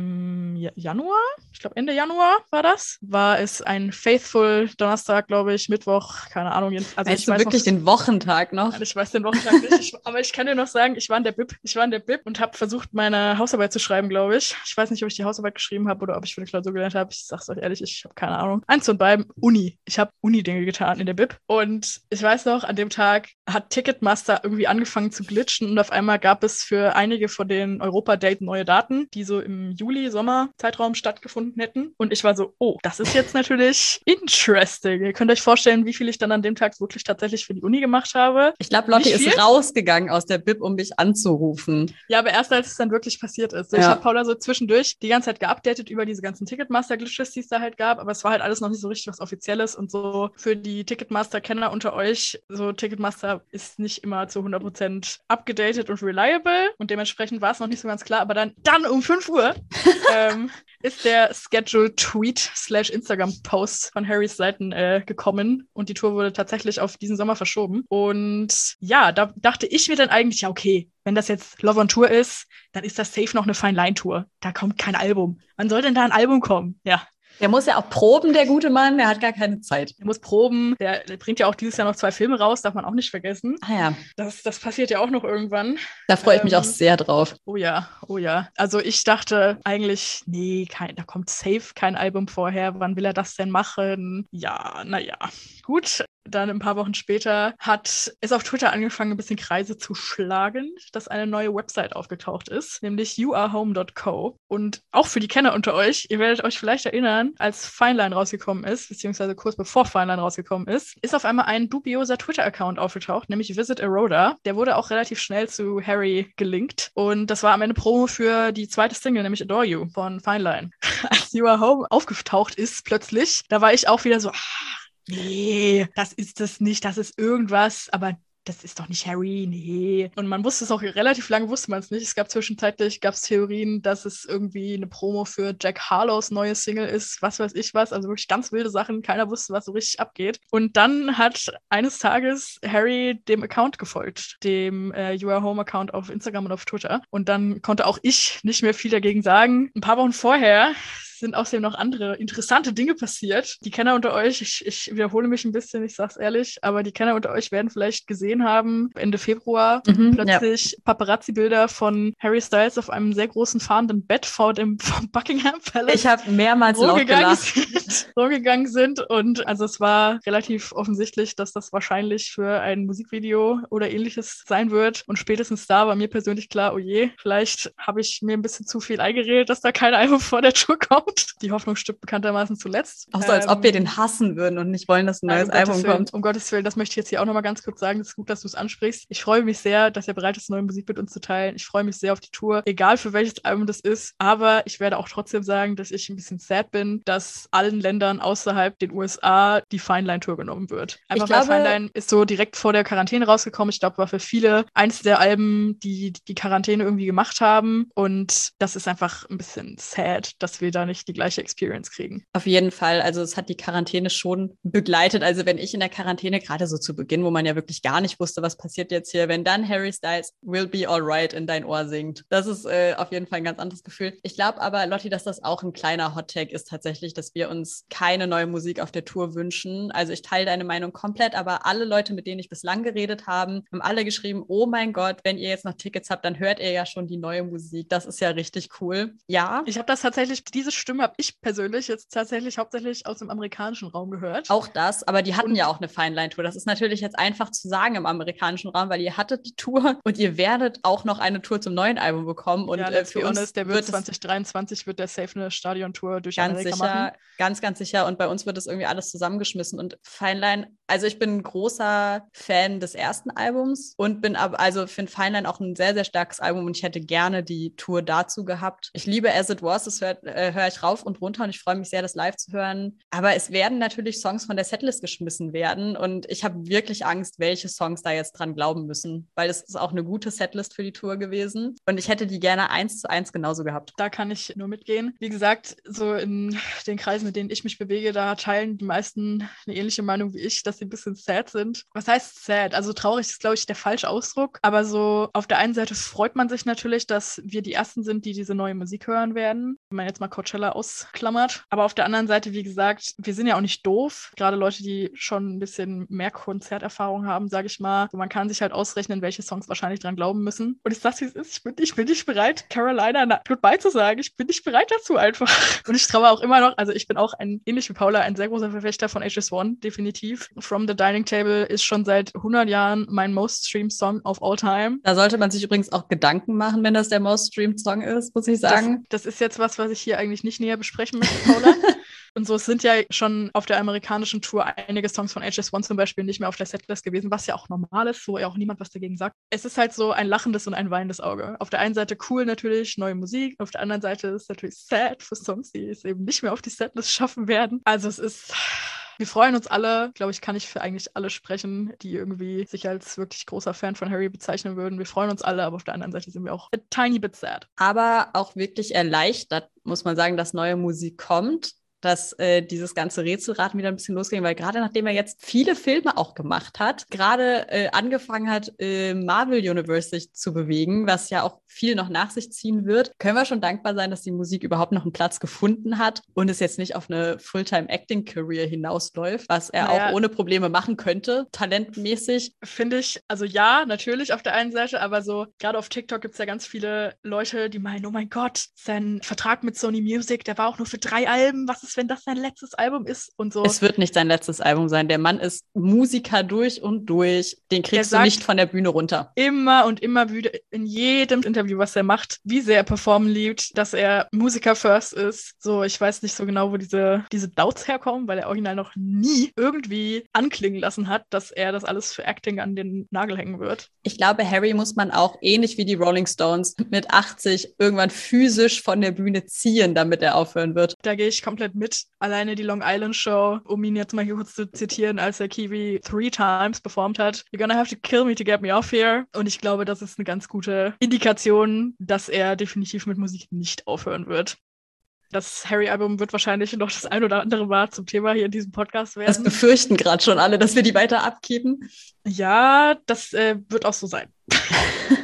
im Januar, ich glaube Ende Januar war das, war es ein Faithful Donnerstag, glaube ich, Mittwoch, keine Ahnung. Also weißt ich du weiß wirklich noch, den Wochentag noch? Ich weiß den Wochentag nicht, ich, aber ich kann dir noch sagen, ich war in der Bib, ich war in der Bib und habe versucht, meine Hausarbeit zu schreiben, glaube ich. Ich weiß nicht, ob ich die Hausarbeit geschrieben habe oder ob ich für eine Klausur gelernt habe. Ich sag's euch ehrlich, ich habe keine Ahnung. Eins von beiden, Uni. Ich habe Uni-Dinge getan in der Bib. Und ich weiß noch, an dem Tag hat Ticketmaster irgendwie angefangen zu glitschen und auf einmal gab es für einige von den Europa-Date neue Daten, die so im Juli, Sommer-Zeitraum stattgefunden hätten. Und ich war so, oh, das ist jetzt natürlich interesting. Ihr könnt euch vorstellen, wie viel ich dann an dem Tag wirklich tatsächlich für die Uni gemacht habe. Ich glaube, Lotti ist rausgegangen aus der Bib, um mich anzurufen. Ja, aber erst als es dann wirklich passiert ist. So, ja. Ich habe Paula so zwischendurch die ganze Zeit geupdatet über diese ganzen Ticketmaster-Glitches, die es da halt gab, aber es war halt alles noch nicht so richtig was Offizielles und so für die Ticketmaster-Kenner unter euch, so Ticketmaster ist nicht immer zu hundert Prozent abgedatet und reliable und dementsprechend war es noch nicht so ganz klar, aber dann, dann um fünf Uhr ähm, ist der Schedule-Tweet slash Instagram-Post von Harrys Seiten äh, gekommen und die Tour wurde tatsächlich auf diesen Sommer verschoben und ja, da dachte ich mir dann eigentlich, ja okay, wenn das jetzt Love on Tour ist, dann ist das safe noch eine Fine-Line-Tour. Da kommt kein Album. Wann soll denn da ein Album kommen? Ja. Der muss ja auch proben, der gute Mann, der hat gar keine Zeit. Der muss proben, der, der bringt ja auch dieses Jahr noch zwei Filme raus, darf man auch nicht vergessen. Ah ja. Das, das passiert ja auch noch irgendwann. Da freue ich ähm, mich auch sehr drauf. Oh ja, oh ja. Also ich dachte eigentlich, nee, kein, da kommt safe kein Album vorher. Wann will er das denn machen? Ja, naja, gut. Dann ein paar Wochen später hat es auf Twitter angefangen, ein bisschen Kreise zu schlagen, dass eine neue Website aufgetaucht ist, nämlich you are home dot co. Und auch für die Kenner unter euch, ihr werdet euch vielleicht erinnern, als Fine Line rausgekommen ist, beziehungsweise kurz bevor Fine Line rausgekommen ist, ist auf einmal ein dubioser Twitter-Account aufgetaucht, nämlich Visit Eroda. Der wurde auch relativ schnell zu Harry gelinkt. Und das war am Ende Promo für die zweite Single, nämlich Adore You von Fine Line. Als You Are Home aufgetaucht ist plötzlich, da war ich auch wieder so, ah, nee, das ist das nicht, das ist irgendwas, aber das ist doch nicht Harry, nee. Und man wusste es auch relativ lange, wusste man es nicht. Es gab zwischenzeitlich, gab es Theorien, dass es irgendwie eine Promo für Jack Harlows neue Single ist, was weiß ich was, also wirklich ganz wilde Sachen, keiner wusste, was so richtig abgeht. Und dann hat eines Tages Harry dem Account gefolgt, dem äh, You Are Home Account auf Instagram und auf Twitter. Und dann konnte auch ich nicht mehr viel dagegen sagen. Ein paar Wochen vorher sind außerdem noch andere interessante Dinge passiert. Die Kenner unter euch, ich, ich wiederhole mich ein bisschen, ich sag's ehrlich, aber die Kenner unter euch werden vielleicht gesehen haben, Ende Februar Mhm, plötzlich ja. Paparazzi-Bilder von Harry Styles auf einem sehr großen fahrenden Bett vor dem vom Buckingham Palace. Ich habe mehrmals laut gelacht. Sind, rumgegangen sind und also es war relativ offensichtlich, dass das wahrscheinlich für ein Musikvideo oder ähnliches sein wird und spätestens da war mir persönlich klar, oh je, vielleicht habe ich mir ein bisschen zu viel eingeredet, dass da kein Album vor der Tour kommt. Die Hoffnung stirbt bekanntermaßen zuletzt. Auch so, als ähm, ob wir den hassen würden und nicht wollen, dass ein neues nein, um Album Gottes Willen, kommt. Um Gottes Willen, das möchte ich jetzt hier auch nochmal ganz kurz sagen. Es ist gut, dass du es ansprichst. Ich freue mich sehr, dass er bereit ist, neue Musik mit uns zu teilen. Ich freue mich sehr auf die Tour, egal für welches Album das ist. Aber ich werde auch trotzdem sagen, dass ich ein bisschen sad bin, dass allen Ländern außerhalb den U S A die Fine Line Tour genommen wird. Einfach ich glaube, weil Fine Line ist so direkt vor der Quarantäne rausgekommen. Ich glaube, war für viele eins der Alben, die die Quarantäne irgendwie gemacht haben. Und das ist einfach ein bisschen sad, dass wir da nicht die gleiche Experience kriegen. Auf jeden Fall. Also es hat die Quarantäne schon begleitet. Also wenn ich in der Quarantäne, gerade so zu Beginn, wo man ja wirklich gar nicht wusste, was passiert jetzt hier, wenn dann Harry Styles Will Be Alright in dein Ohr singt. Das ist äh, auf jeden Fall ein ganz anderes Gefühl. Ich glaube aber, Lotti, dass das auch ein kleiner Hot-Take ist tatsächlich, dass wir uns keine neue Musik auf der Tour wünschen. Also ich teile deine Meinung komplett, aber alle Leute, mit denen ich bislang geredet habe, haben alle geschrieben, oh mein Gott, wenn ihr jetzt noch Tickets habt, dann hört ihr ja schon die neue Musik. Das ist ja richtig cool. Ja. Ich habe das tatsächlich, diese Stimme habe ich persönlich jetzt tatsächlich hauptsächlich aus dem amerikanischen Raum gehört. Auch das, aber die hatten und ja auch eine Fine Line Tour. Das ist natürlich jetzt einfach zu sagen im amerikanischen Raum, weil ihr hattet die Tour und ihr werdet auch noch eine Tour zum neuen Album bekommen. Und ja, äh, für uns honest, der wird zwanzig dreiundzwanzig wird der safe eine Stadiontour durch ganz Amerika sicher, machen. Ganz, ganz sicher. Und bei uns wird das irgendwie alles zusammengeschmissen. Und Fine Line, also ich bin ein großer Fan des ersten Albums und bin aber, also finde Fine Line auch ein sehr, sehr starkes Album und ich hätte gerne die Tour dazu gehabt. Ich liebe As It Was, das höre äh, hör ich rauf und runter und ich freue mich sehr, das live zu hören. Aber es werden natürlich Songs von der Setlist geschmissen werden und ich habe wirklich Angst, welche Songs da jetzt dran glauben müssen, weil es ist auch eine gute Setlist für die Tour gewesen und ich hätte die gerne eins zu eins genauso gehabt. Da kann ich nur mitgehen. Wie gesagt, so in den Kreisen, in denen ich mich bewege, da teilen die meisten eine ähnliche Meinung wie ich, dass sie ein bisschen sad sind. Was heißt sad? Also traurig ist, glaube ich, der falsche Ausdruck, aber so auf der einen Seite freut man sich natürlich, dass wir die Ersten sind, die diese neue Musik hören werden, wenn man jetzt mal Coachella ausklammert. Aber auf der anderen Seite, wie gesagt, wir sind ja auch nicht doof. Gerade Leute, die schon ein bisschen mehr Konzerterfahrung haben, sage ich mal. Man kann sich halt ausrechnen, welche Songs wahrscheinlich dran glauben müssen. Und ich sag's, wie es ist. Ich bin, ich bin nicht bereit, Carolina Goodbye zu sagen. Ich bin nicht bereit dazu einfach. Und ich traue auch immer noch, also ich bin auch ein, ähnlich wie Paula, ein sehr großer Verfechter von H S One, definitiv. From the Dining Table ist schon seit hundert Jahren mein most streamed Song of all time. Da sollte man sich übrigens auch Gedanken machen, wenn das der most streamed Song ist, muss ich sagen. Das, das ist jetzt was, was ich hier eigentlich nicht näher besprechen möchte, Paula. Und so, es sind ja schon auf der amerikanischen Tour einige Songs von H S One zum Beispiel nicht mehr auf der Setlist gewesen, was ja auch normal ist, wo ja auch niemand was dagegen sagt. Es ist halt so ein lachendes und ein weinendes Auge. Auf der einen Seite cool natürlich, neue Musik, auf der anderen Seite ist es natürlich sad für Songs, die es eben nicht mehr auf die Setlist schaffen werden. Also es ist... Wir freuen uns alle, glaube ich, kann ich für eigentlich alle sprechen, die irgendwie sich als wirklich großer Fan von Harry bezeichnen würden. Wir freuen uns alle, aber auf der anderen Seite sind wir auch a tiny bit sad. Aber auch wirklich erleichtert, muss man sagen, dass neue Musik kommt, dass äh, dieses ganze Rätselraten wieder ein bisschen losging, weil gerade nachdem er jetzt viele Filme auch gemacht hat, gerade äh, angefangen hat, äh, Marvel Universe sich zu bewegen, was ja auch viel noch nach sich ziehen wird, können wir schon dankbar sein, dass die Musik überhaupt noch einen Platz gefunden hat und es jetzt nicht auf eine Fulltime-Acting-Career hinausläuft, was er naja, auch ohne Probleme machen könnte, talentmäßig. Finde ich, also ja, natürlich auf der einen Seite, aber so, gerade auf TikTok gibt es ja ganz viele Leute, die meinen, oh mein Gott, sein Vertrag mit Sony Music, der war auch nur für drei Alben, was ist, wenn das sein letztes Album ist und so. Es wird nicht sein letztes Album sein. Der Mann ist Musiker durch und durch. Den kriegst du nicht von der Bühne runter. Immer und immer wieder in jedem Interview, was er macht, wie sehr er performen liebt, dass er Musiker first ist. So, ich weiß nicht so genau, wo diese, diese Doubts herkommen, weil er original noch nie irgendwie anklingen lassen hat, dass er das alles für Acting an den Nagel hängen wird. Ich glaube, Harry muss man auch ähnlich wie die Rolling Stones mit achtzig irgendwann physisch von der Bühne ziehen, damit er aufhören wird. Da gehe ich komplett mit. Alleine die Long Island Show, um ihn jetzt mal hier kurz zu zitieren, als er Kiwi three times performt hat. You're gonna have to kill me to get me off here. Und ich glaube, das ist eine ganz gute Indikation, dass er definitiv mit Musik nicht aufhören wird. Das Harry-Album wird wahrscheinlich noch das ein oder andere Mal zum Thema hier in diesem Podcast werden. Das befürchten gerade schon alle, dass wir die weiter abgeben. Ja, das äh, wird auch so sein.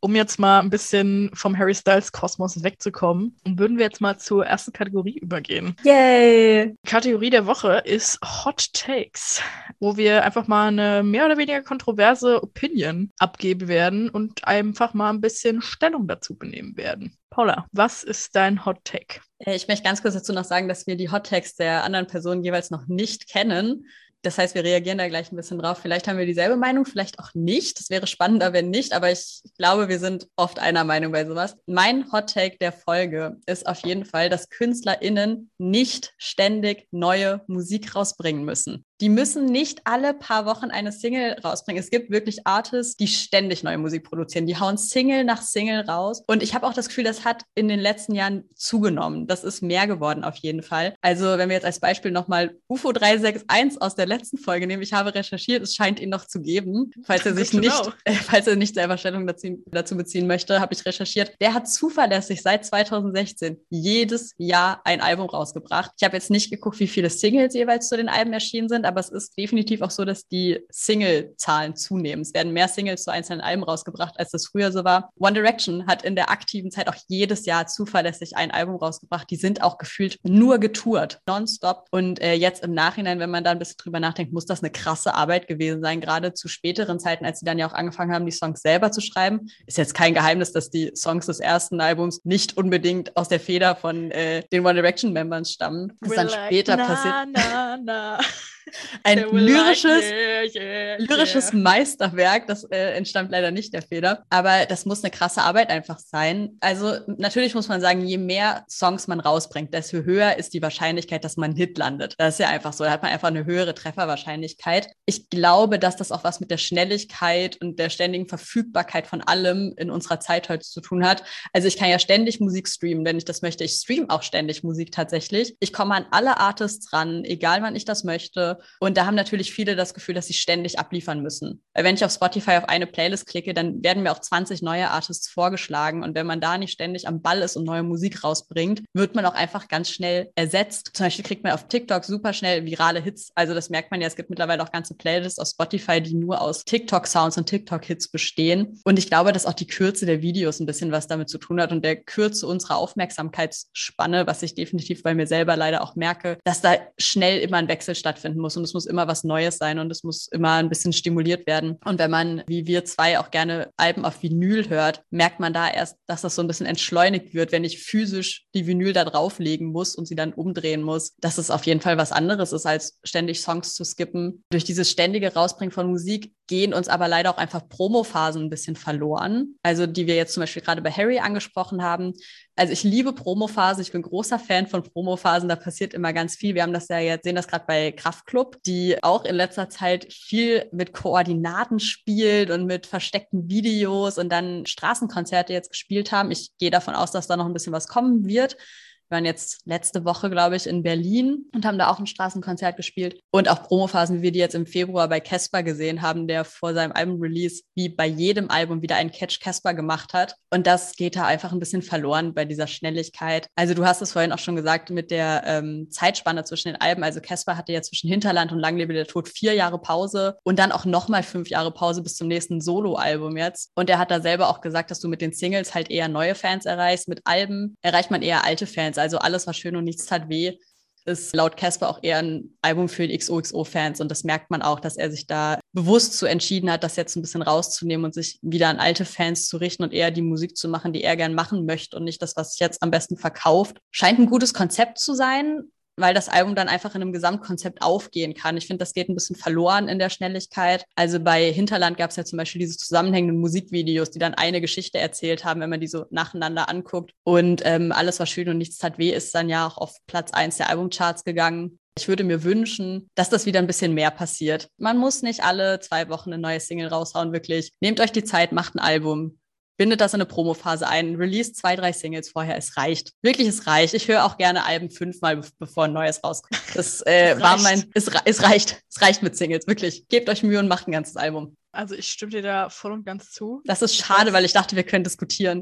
um jetzt mal ein bisschen vom Harry Styles-Kosmos wegzukommen, würden wir jetzt mal zur ersten Kategorie übergehen. Yay! Kategorie der Woche ist Hot Takes, wo wir einfach mal eine mehr oder weniger kontroverse Opinion abgeben werden und einfach mal ein bisschen Stellung dazu benehmen werden. Paula, was ist dein Hot Take? Ich möchte ganz kurz dazu noch sagen, dass wir die Hot Takes der anderen Personen jeweils noch nicht kennen. Das heißt, wir reagieren da gleich ein bisschen drauf. Vielleicht haben wir dieselbe Meinung, vielleicht auch nicht. Das wäre spannender, wenn nicht. Aber ich glaube, wir sind oft einer Meinung bei sowas. Mein Hot Take der Folge ist auf jeden Fall, dass KünstlerInnen nicht ständig neue Musik rausbringen müssen. Die müssen nicht alle paar Wochen eine Single rausbringen. Es gibt wirklich Artists, die ständig neue Musik produzieren. Die hauen Single nach Single raus. Und ich habe auch das Gefühl, das hat in den letzten Jahren zugenommen. Das ist mehr geworden auf jeden Fall. Also wenn wir jetzt als Beispiel nochmal U F O drei sechs eins aus der letzten Folge nehmen. Ich habe recherchiert, es scheint ihn noch zu geben. Falls er sich nicht, äh, falls er nicht selber Stellung dazu, dazu beziehen möchte, habe ich recherchiert. Der hat zuverlässig seit zwanzig sechzehn jedes Jahr ein Album rausgebracht. Ich habe jetzt nicht geguckt, wie viele Singles jeweils zu den Alben erschienen sind, aber es ist definitiv auch so, dass die Single-Zahlen zunehmen. Es werden mehr Singles zu einzelnen Alben rausgebracht, als das früher so war. One Direction hat in der aktiven Zeit auch jedes Jahr zuverlässig ein Album rausgebracht. Die sind auch gefühlt nur getourt, nonstop. Und äh, jetzt im Nachhinein, wenn man da ein bisschen drüber nachdenkt, muss das eine krasse Arbeit gewesen sein, gerade zu späteren Zeiten, als sie dann ja auch angefangen haben, die Songs selber zu schreiben. Ist jetzt kein Geheimnis, dass die Songs des ersten Albums nicht unbedingt aus der Feder von äh, den One Direction-Membern stammen. Das ist dann später like, passiert. Na, na. Ein lyrisches, like, yeah, yeah, lyrisches yeah. Meisterwerk, das äh, entstammt leider nicht der Feder, aber das muss eine krasse Arbeit einfach sein. Also natürlich muss man sagen, je mehr Songs man rausbringt, desto höher ist die Wahrscheinlichkeit, dass man einen Hit landet. Das ist ja einfach so, da hat man einfach eine höhere Trefferwahrscheinlichkeit. Ich glaube, dass das auch was mit der Schnelligkeit und der ständigen Verfügbarkeit von allem in unserer Zeit heute zu tun hat. Also ich kann ja ständig Musik streamen, wenn ich das möchte. Ich streame auch ständig Musik tatsächlich. Ich komme an alle Artists ran, egal wann ich das möchte. Und da haben natürlich viele das Gefühl, dass sie ständig abliefern müssen. Weil wenn ich auf Spotify auf eine Playlist klicke, dann werden mir auch zwanzig neue Artists vorgeschlagen. Und wenn man da nicht ständig am Ball ist und neue Musik rausbringt, wird man auch einfach ganz schnell ersetzt. Zum Beispiel kriegt man auf TikTok super schnell virale Hits. Also das merkt man ja, es gibt mittlerweile auch ganze Playlists auf Spotify, die nur aus TikTok-Sounds und TikTok-Hits bestehen. Und ich glaube, dass auch die Kürze der Videos ein bisschen was damit zu tun hat und der Kürze unserer Aufmerksamkeitsspanne, was ich definitiv bei mir selber leider auch merke, dass da schnell immer ein Wechsel stattfinden muss und es muss immer was Neues sein und es muss immer ein bisschen stimuliert werden. Und wenn man, wie wir zwei, auch gerne Alben auf Vinyl hört, merkt man da erst, dass das so ein bisschen entschleunigt wird, wenn ich physisch die Vinyl da drauflegen muss und sie dann umdrehen muss, dass es auf jeden Fall was anderes ist, als ständig Songs zu skippen. Durch dieses ständige Rausbringen von Musik gehen uns aber leider auch einfach Promophasen ein bisschen verloren. Also die wir jetzt zum Beispiel gerade bei Harry angesprochen haben. Also ich liebe Promophasen, ich bin großer Fan von Promophasen, da passiert immer ganz viel. Wir haben das ja jetzt, sehen das gerade bei Kraftklub, die auch in letzter Zeit viel mit Koordinaten spielt und mit versteckten Videos und dann Straßenkonzerte jetzt gespielt haben. Ich gehe davon aus, dass da noch ein bisschen was kommen wird. Wir waren jetzt letzte Woche, glaube ich, in Berlin und haben da auch ein Straßenkonzert gespielt. Und auch Promophasen, wie wir die jetzt im Februar bei Caspar gesehen haben, der vor seinem Album-Release wie bei jedem Album wieder einen Catch Caspar gemacht hat. Und das geht da einfach ein bisschen verloren bei dieser Schnelligkeit. Also du hast es vorhin auch schon gesagt mit der ähm, Zeitspanne zwischen den Alben. Also Caspar hatte ja zwischen Hinterland und Lang lebe der Tod vier Jahre Pause und dann auch nochmal fünf Jahre Pause bis zum nächsten Solo-Album jetzt. Und er hat da selber auch gesagt, dass du mit den Singles halt eher neue Fans erreichst. Mit Alben erreicht man eher alte Fans. Also alles, was schön und nichts tat weh, ist laut Caspar auch eher ein Album für die X O X O-Fans. Und das merkt man auch, dass er sich da bewusst zu entschieden hat, das jetzt ein bisschen rauszunehmen und sich wieder an alte Fans zu richten und eher die Musik zu machen, die er gern machen möchte und nicht das, was sich jetzt am besten verkauft. Scheint ein gutes Konzept zu sein, weil das Album dann einfach in einem Gesamtkonzept aufgehen kann. Ich finde, das geht ein bisschen verloren in der Schnelligkeit. Also bei Hinterland gab es ja zum Beispiel diese zusammenhängenden Musikvideos, die dann eine Geschichte erzählt haben, wenn man die so nacheinander anguckt. Und ähm, Alles, was schön und nichts tat weh, ist dann ja auch auf Platz eins der Albumcharts gegangen. Ich würde mir wünschen, dass das wieder ein bisschen mehr passiert. Man muss nicht alle zwei Wochen eine neue Single raushauen, wirklich. Nehmt euch die Zeit, macht ein Album. Bindet das in eine Promophase ein, release zwei, drei Singles vorher, es reicht. Wirklich, es reicht. Ich höre auch gerne Alben fünfmal, bevor ein neues rauskommt. Das äh, war mein, es, es reicht, es reicht mit Singles, wirklich. Gebt euch Mühe und macht ein ganzes Album. Also ich stimme dir da voll und ganz zu. Das ist schade, weil ich dachte, wir können diskutieren.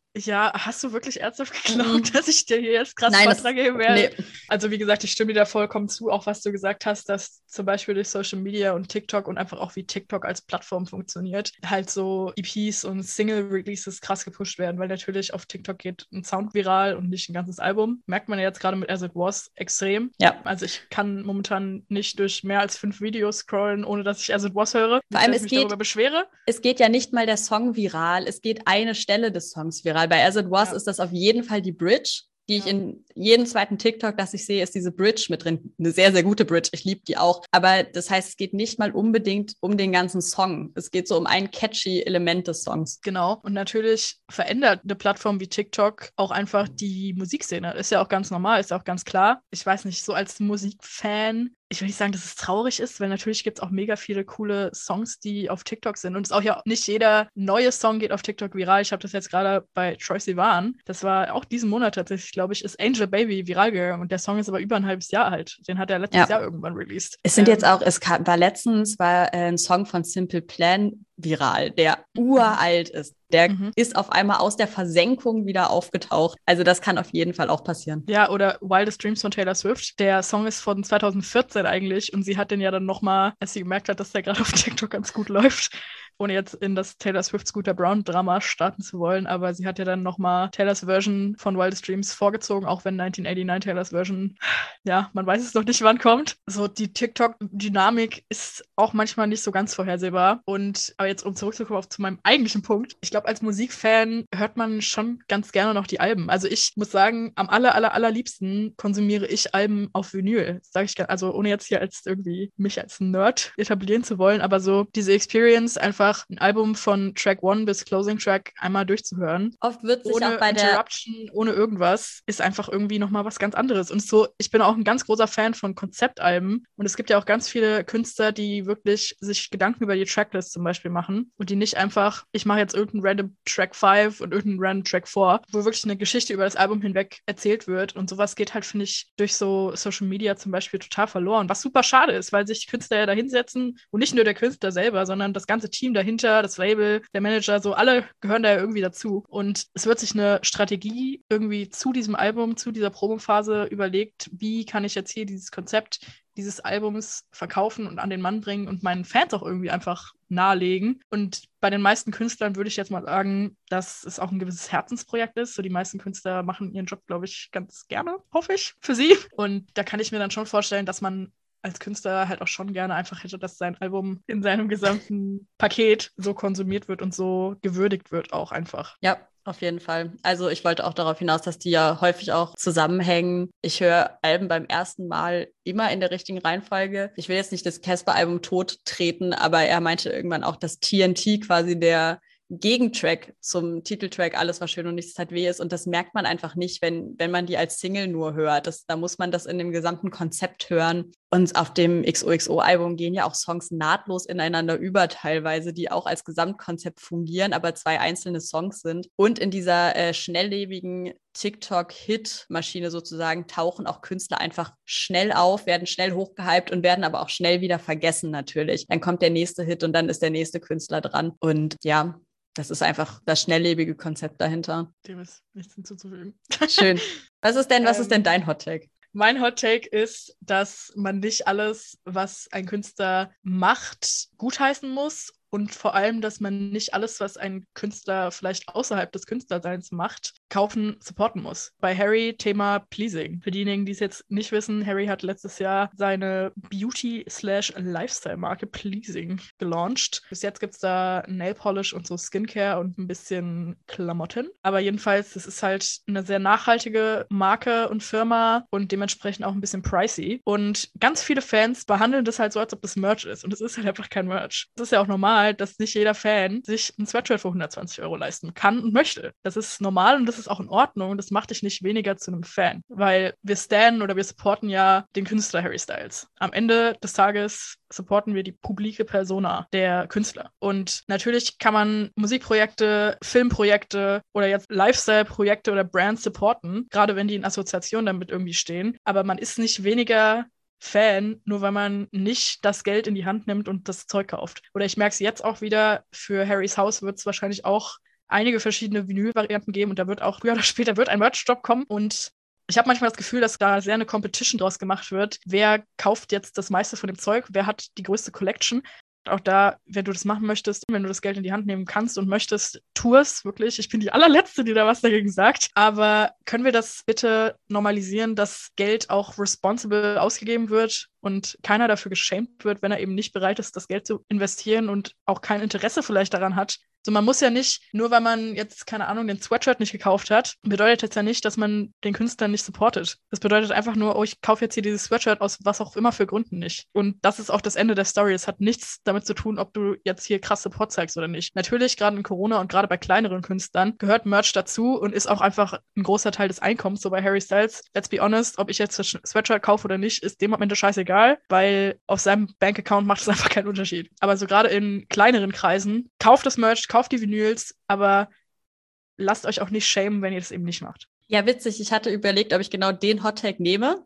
Ja, hast du wirklich ernsthaft geglaubt, Mhm. dass ich dir hier jetzt krass Nein, das, Kontra geben werde? nee. Also wie gesagt, ich stimme dir da vollkommen zu, auch was du gesagt hast, dass zum Beispiel durch Social Media und TikTok und einfach auch wie TikTok als Plattform funktioniert, halt so E Ps und Single-Releases krass gepusht werden, weil natürlich auf TikTok geht ein Sound viral und nicht ein ganzes Album. Merkt man ja jetzt gerade mit As It Was extrem. Ja. Also ich kann momentan nicht durch mehr als fünf Videos scrollen, ohne dass ich As It Was höre. Vor Nicht, allem, dass ich es mich geht, darüber beschwere. es geht ja nicht mal der Song viral, es geht eine Stelle des Songs viral. Bei As It Was Ja. ist das auf jeden Fall die Bridge, die Ja. ich in jedem zweiten TikTok, das ich sehe, ist diese Bridge mit drin. Eine sehr, sehr gute Bridge. Ich liebe die auch. Aber das heißt, es geht nicht mal unbedingt um den ganzen Song. Es geht so um ein catchy Element des Songs. Genau. Und natürlich verändert eine Plattform wie TikTok auch einfach die Musikszene. Ist ja auch ganz normal, ist ja auch ganz klar. Ich weiß nicht, so als Musikfan, ich will nicht sagen, dass es traurig ist, weil natürlich gibt es auch mega viele coole Songs, die auf TikTok sind. Und es ist auch ja nicht jeder neue Song geht auf TikTok viral. Ich habe das jetzt gerade bei Troye Sivan. Das war auch diesen Monat tatsächlich, glaube ich, ist Angel Baby viral gegangen. Und der Song ist aber über ein halbes Jahr alt. Den hat er letztes Ja. Jahr irgendwann released. Es sind Ähm, jetzt auch, es kam, war letztens, war äh, ein Song von Simple Plan viral, der uralt ist. Der Mhm. ist auf einmal aus der Versenkung wieder aufgetaucht. Also das kann auf jeden Fall auch passieren. Ja, oder Wildest Dreams von Taylor Swift. Der Song ist von zwanzig vierzehn eigentlich und sie hat den ja dann nochmal, als sie gemerkt hat, dass der gerade auf TikTok ganz gut läuft, ohne jetzt in das Taylor Swift Scooter Brown Drama starten zu wollen, aber sie hat ja dann nochmal Taylors Version von Wildest Dreams vorgezogen, auch wenn neunzehnhundertneunundachtzig Taylors Version, ja, man weiß es noch nicht, wann kommt. So, die TikTok-Dynamik ist auch manchmal nicht so ganz vorhersehbar. Und, aber jetzt, um zurückzukommen auf zu meinem eigentlichen Punkt, ich glaube, als Musikfan hört man schon ganz gerne noch die Alben. Also ich muss sagen, am aller, aller, allerliebsten konsumiere ich Alben auf Vinyl. Sage ich gerne, also ohne jetzt hier als irgendwie mich als Nerd etablieren zu wollen, aber so diese Experience, einfach ein Album von Track One bis Closing Track einmal durchzuhören. Oft wird sich Ohne auch bei der Interruption, ohne irgendwas, ist einfach irgendwie nochmal was ganz anderes. Und so, ich bin auch ein ganz großer Fan von Konzeptalben. Und es gibt ja auch ganz viele Künstler, die wirklich sich Gedanken über die Tracklist zum Beispiel machen und die nicht einfach, ich mache jetzt irgendeinen random Track fünf und irgendeinen random Track vier, wo wirklich eine Geschichte über das Album hinweg erzählt wird. Und sowas geht halt, finde ich, durch so Social Media zum Beispiel total verloren. Was super schade ist, weil sich Künstler ja da hinsetzen und nicht nur der Künstler selber, sondern das ganze Team dahinter, das Label, der Manager, so alle gehören da ja irgendwie dazu. Und es wird sich eine Strategie irgendwie zu diesem Album, zu dieser Promophase überlegt, wie kann ich jetzt hier dieses Konzept dieses Albums verkaufen und an den Mann bringen und meinen Fans auch irgendwie einfach nahelegen. Und bei den meisten Künstlern würde ich jetzt mal sagen, dass es auch ein gewisses Herzensprojekt ist. So die meisten Künstler machen ihren Job, glaube ich, ganz gerne, hoffe ich, für sie. Und da kann ich mir dann schon vorstellen, dass man als Künstler halt auch schon gerne einfach hätte, dass sein Album in seinem gesamten Paket so konsumiert wird und so gewürdigt wird auch einfach. Ja, auf jeden Fall. Also ich wollte auch darauf hinaus, dass die ja häufig auch zusammenhängen. Ich höre Alben beim ersten Mal immer in der richtigen Reihenfolge. Ich will jetzt nicht das Casper-Album tot treten, aber er meinte irgendwann auch, dass T N T quasi der Gegentrack zum Titeltrack Alles war schön und nichts tat weh ist. Und das merkt man einfach nicht, wenn, wenn man die als Single nur hört. Das, da muss man das in dem gesamten Konzept hören. Und auf dem X O X O-Album gehen ja auch Songs nahtlos ineinander über teilweise, die auch als Gesamtkonzept fungieren, aber zwei einzelne Songs sind. Und in dieser äh, schnelllebigen TikTok-Hit-Maschine sozusagen tauchen auch Künstler einfach schnell auf, werden schnell hochgehypt und werden aber auch schnell wieder vergessen natürlich. Dann kommt der nächste Hit und dann ist der nächste Künstler dran. Und ja, das ist einfach das schnelllebige Konzept dahinter. Dem ist nichts hinzuzufügen. Schön. Was ist denn, was Ähm, ist denn dein Hot Take? Mein Hot Take ist, dass man nicht alles, was ein Künstler macht, gutheißen muss. Und vor allem, dass man nicht alles, was ein Künstler vielleicht außerhalb des Künstlerseins macht, kaufen, supporten muss. Bei Harry Thema Pleasing. Für diejenigen, die es jetzt nicht wissen, Harry hat letztes Jahr seine Beauty-slash-Lifestyle-Marke Pleasing gelauncht. Bis jetzt gibt es da Nail Polish und so Skincare und ein bisschen Klamotten. Aber jedenfalls, das ist halt eine sehr nachhaltige Marke und Firma und dementsprechend auch ein bisschen pricey. Und ganz viele Fans behandeln das halt so, als ob das Merch ist. Und es ist halt einfach kein Merch. Das ist ja auch normal, dass nicht jeder Fan sich ein Sweatshirt für hundertzwanzig Euro leisten kann und möchte. Das ist normal und das ist auch in Ordnung. Das macht dich nicht weniger zu einem Fan. Weil wir stannen oder wir supporten ja den Künstler Harry Styles. Am Ende des Tages supporten wir die publike Persona der Künstler. Und natürlich kann man Musikprojekte, Filmprojekte oder jetzt Lifestyle-Projekte oder Brands supporten, gerade wenn die in Assoziation damit irgendwie stehen. Aber man ist nicht weniger Fan, nur weil man nicht das Geld in die Hand nimmt und das Zeug kauft. Oder ich merke es jetzt auch wieder, für Harrys Haus wird es wahrscheinlich auch einige verschiedene Vinyl-Varianten geben und da wird auch früher oder später wird ein Merch-Drop kommen und ich habe manchmal das Gefühl, dass da sehr eine Competition draus gemacht wird. Wer kauft jetzt das meiste von dem Zeug? Wer hat die größte Collection? Auch da, wenn du das machen möchtest, wenn du das Geld in die Hand nehmen kannst und möchtest, tu es wirklich. Ich bin die allerletzte, die da was dagegen sagt. Aber können wir das bitte normalisieren, dass Geld auch responsible ausgegeben wird und keiner dafür geschämt wird, wenn er eben nicht bereit ist, das Geld zu investieren und auch kein Interesse vielleicht daran hat. So, man muss ja nicht, nur weil man jetzt, keine Ahnung, den Sweatshirt nicht gekauft hat, bedeutet jetzt ja nicht, dass man den Künstler nicht supportet. Das bedeutet einfach nur, oh, ich kaufe jetzt hier dieses Sweatshirt aus was auch immer für Gründen nicht. Und das ist auch das Ende der Story. Es hat nichts damit zu tun, ob du jetzt hier krass Support zeigst oder nicht. Natürlich, gerade in Corona und gerade bei kleineren Künstlern, gehört Merch dazu und ist auch einfach ein großer Teil des Einkommens. So bei Harry Styles, let's be honest, ob ich jetzt das Sweatshirt kaufe oder nicht, ist dem am Ende scheißegal, weil auf seinem Bankaccount macht es einfach keinen Unterschied. Aber so gerade in kleineren Kreisen, kauft das Merch, kauft die Vinyls, aber lasst euch auch nicht schämen, wenn ihr das eben nicht macht. Ja, witzig. Ich hatte überlegt, ob ich genau den Hottag nehme.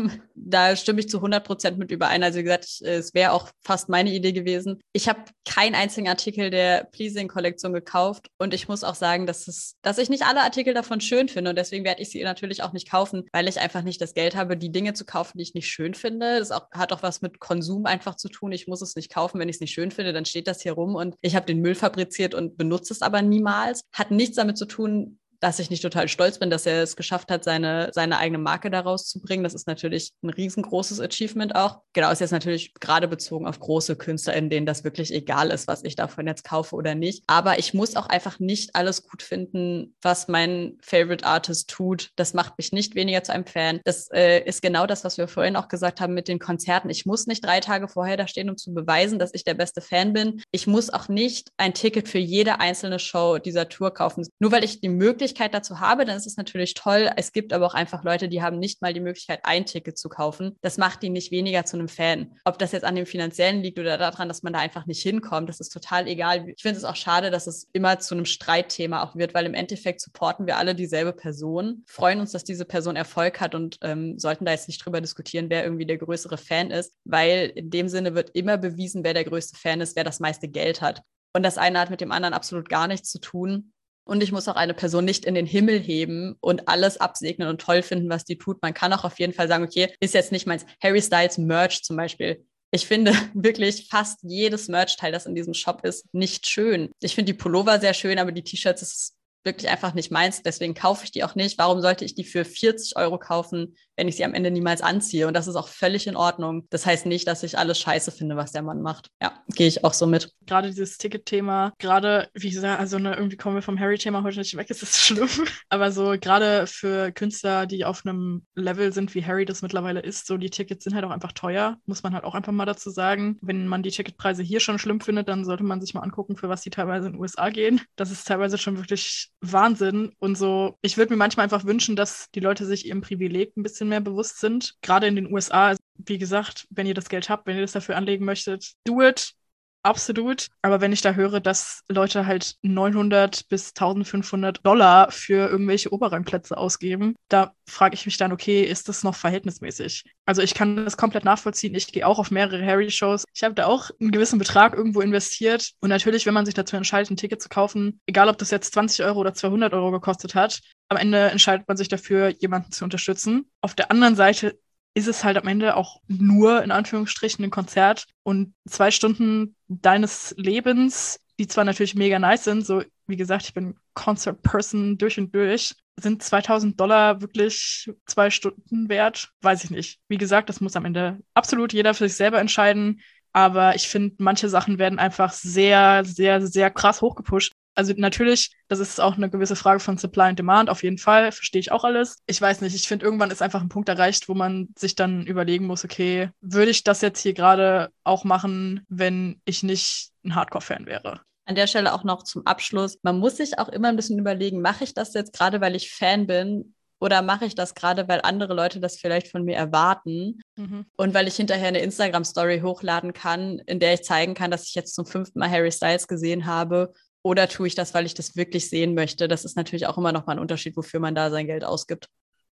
Da stimme ich zu hundert Prozent mit überein. Also wie gesagt, ich, es wäre auch fast meine Idee gewesen. Ich habe keinen einzigen Artikel der Pleasing-Kollektion gekauft und ich muss auch sagen, dass, es, dass ich nicht alle Artikel davon schön finde und deswegen werde ich sie natürlich auch nicht kaufen, weil ich einfach nicht das Geld habe, die Dinge zu kaufen, die ich nicht schön finde. Das auch, hat auch was mit Konsum einfach zu tun. Ich muss es nicht kaufen, wenn ich es nicht schön finde, dann steht das hier rum und ich habe den Müll fabriziert und benutze es aber niemals. Hat nichts damit zu tun, dass ich nicht total stolz bin, dass er es geschafft hat, seine, seine eigene Marke daraus zu bringen. Das ist natürlich ein riesengroßes Achievement auch. Genau, ist jetzt natürlich gerade bezogen auf große Künstler, in denen das wirklich egal ist, was ich davon jetzt kaufe oder nicht. Aber ich muss auch einfach nicht alles gut finden, was mein Favorite Artist tut. Das macht mich nicht weniger zu einem Fan. Das äh, ist genau das, was wir vorhin auch gesagt haben mit den Konzerten. Ich muss nicht drei Tage vorher da stehen, um zu beweisen, dass ich der beste Fan bin. Ich muss auch nicht ein Ticket für jede einzelne Show dieser Tour kaufen. Nur weil ich die Möglichkeit dazu habe, dann ist es natürlich toll. Es gibt aber auch einfach Leute, die haben nicht mal die Möglichkeit, ein Ticket zu kaufen. Das macht die nicht weniger zu einem Fan. Ob das jetzt an dem Finanziellen liegt oder daran, dass man da einfach nicht hinkommt, das ist total egal. Ich finde es auch schade, dass es immer zu einem Streitthema auch wird, weil im Endeffekt supporten wir alle dieselbe Person, freuen uns, dass diese Person Erfolg hat und ähm, sollten da jetzt nicht drüber diskutieren, wer irgendwie der größere Fan ist, weil in dem Sinne wird immer bewiesen, wer der größte Fan ist, wer das meiste Geld hat. Und das eine hat mit dem anderen absolut gar nichts zu tun. Und ich muss auch eine Person nicht in den Himmel heben und alles absegnen und toll finden, was die tut. Man kann auch auf jeden Fall sagen, okay, ist jetzt nicht meins. Harry Styles Merch zum Beispiel. Ich finde wirklich fast jedes Merch-Teil, das in diesem Shop ist, nicht schön. Ich finde die Pullover sehr schön, aber die T-Shirts ist wirklich einfach nicht meins. Deswegen kaufe ich die auch nicht. Warum sollte ich die für vierzig Euro kaufen, wenn ich sie am Ende niemals anziehe? Und das ist auch völlig in Ordnung. Das heißt nicht, dass ich alles scheiße finde, was der Mann macht. Ja, gehe ich auch so mit. Gerade dieses Ticket-Thema, gerade, wie gesagt, also ne, irgendwie kommen wir vom Harry-Thema heute nicht weg, es ist schlimm. Aber so gerade für Künstler, die auf einem Level sind, wie Harry das mittlerweile ist, so die Tickets sind halt auch einfach teuer, muss man halt auch einfach mal dazu sagen. Wenn man die Ticketpreise hier schon schlimm findet, dann sollte man sich mal angucken, für was die teilweise in den U S A gehen. Das ist teilweise schon wirklich Wahnsinn. Und so, ich würde mir manchmal einfach wünschen, dass die Leute sich ihrem Privileg ein bisschen mehr bewusst sind. Gerade in den U S A, wie gesagt, wenn ihr das Geld habt, wenn ihr das dafür anlegen möchtet, do it. Absolut. Aber wenn ich da höre, dass Leute halt neunhundert bis eintausendfünfhundert Dollar für irgendwelche Oberrangplätze ausgeben, da frage ich mich dann, okay, ist das noch verhältnismäßig? Also ich kann das komplett nachvollziehen. Ich gehe auch auf mehrere Harry-Shows. Ich habe da auch einen gewissen Betrag irgendwo investiert. Und natürlich, wenn man sich dazu entscheidet, ein Ticket zu kaufen, egal ob das jetzt zwanzig Euro oder zweihundert Euro gekostet hat, am Ende entscheidet man sich dafür, jemanden zu unterstützen. Auf der anderen Seite ist es halt am Ende auch nur, in Anführungsstrichen, ein Konzert und zwei Stunden deines Lebens, die zwar natürlich mega nice sind, so wie gesagt, ich bin Concert-Person durch und durch, sind zweitausend Dollar wirklich zwei Stunden wert? Weiß ich nicht. Wie gesagt, das muss am Ende absolut jeder für sich selber entscheiden, aber ich finde, manche Sachen werden einfach sehr, sehr, sehr krass hochgepusht. Also natürlich, das ist auch eine gewisse Frage von Supply und Demand, auf jeden Fall, verstehe ich auch alles. Ich weiß nicht, ich finde, irgendwann ist einfach ein Punkt erreicht, wo man sich dann überlegen muss, okay, würde ich das jetzt hier gerade auch machen, wenn ich nicht ein Hardcore-Fan wäre? An der Stelle auch noch zum Abschluss, man muss sich auch immer ein bisschen überlegen, mache ich das jetzt gerade, weil ich Fan bin? Oder mache ich das gerade, weil andere Leute das vielleicht von mir erwarten mhm. und weil ich hinterher eine Instagram-Story hochladen kann, in der ich zeigen kann, dass ich jetzt zum fünften Mal Harry Styles gesehen habe? Oder tue ich das, weil ich das wirklich sehen möchte? Das ist natürlich auch immer noch mal ein Unterschied, wofür man da sein Geld ausgibt.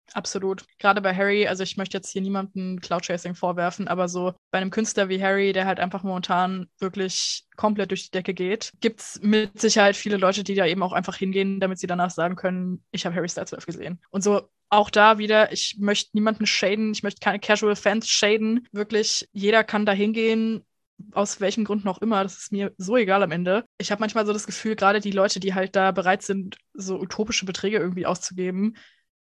Absolut. Gerade bei Harry, also ich möchte jetzt hier niemandem Cloud-Chasing vorwerfen, aber so bei einem Künstler wie Harry, der halt einfach momentan wirklich komplett durch die Decke geht, gibt es mit Sicherheit viele Leute, die da eben auch einfach hingehen, damit sie danach sagen können, ich habe Harry Styles live gesehen. Und so auch da wieder, ich möchte niemanden shaden, ich möchte keine Casual-Fans shaden. Wirklich, jeder kann da hingehen, aus welchen Gründen auch immer, das ist mir so egal am Ende. Ich habe manchmal so das Gefühl, gerade die Leute, die halt da bereit sind, so utopische Beträge irgendwie auszugeben,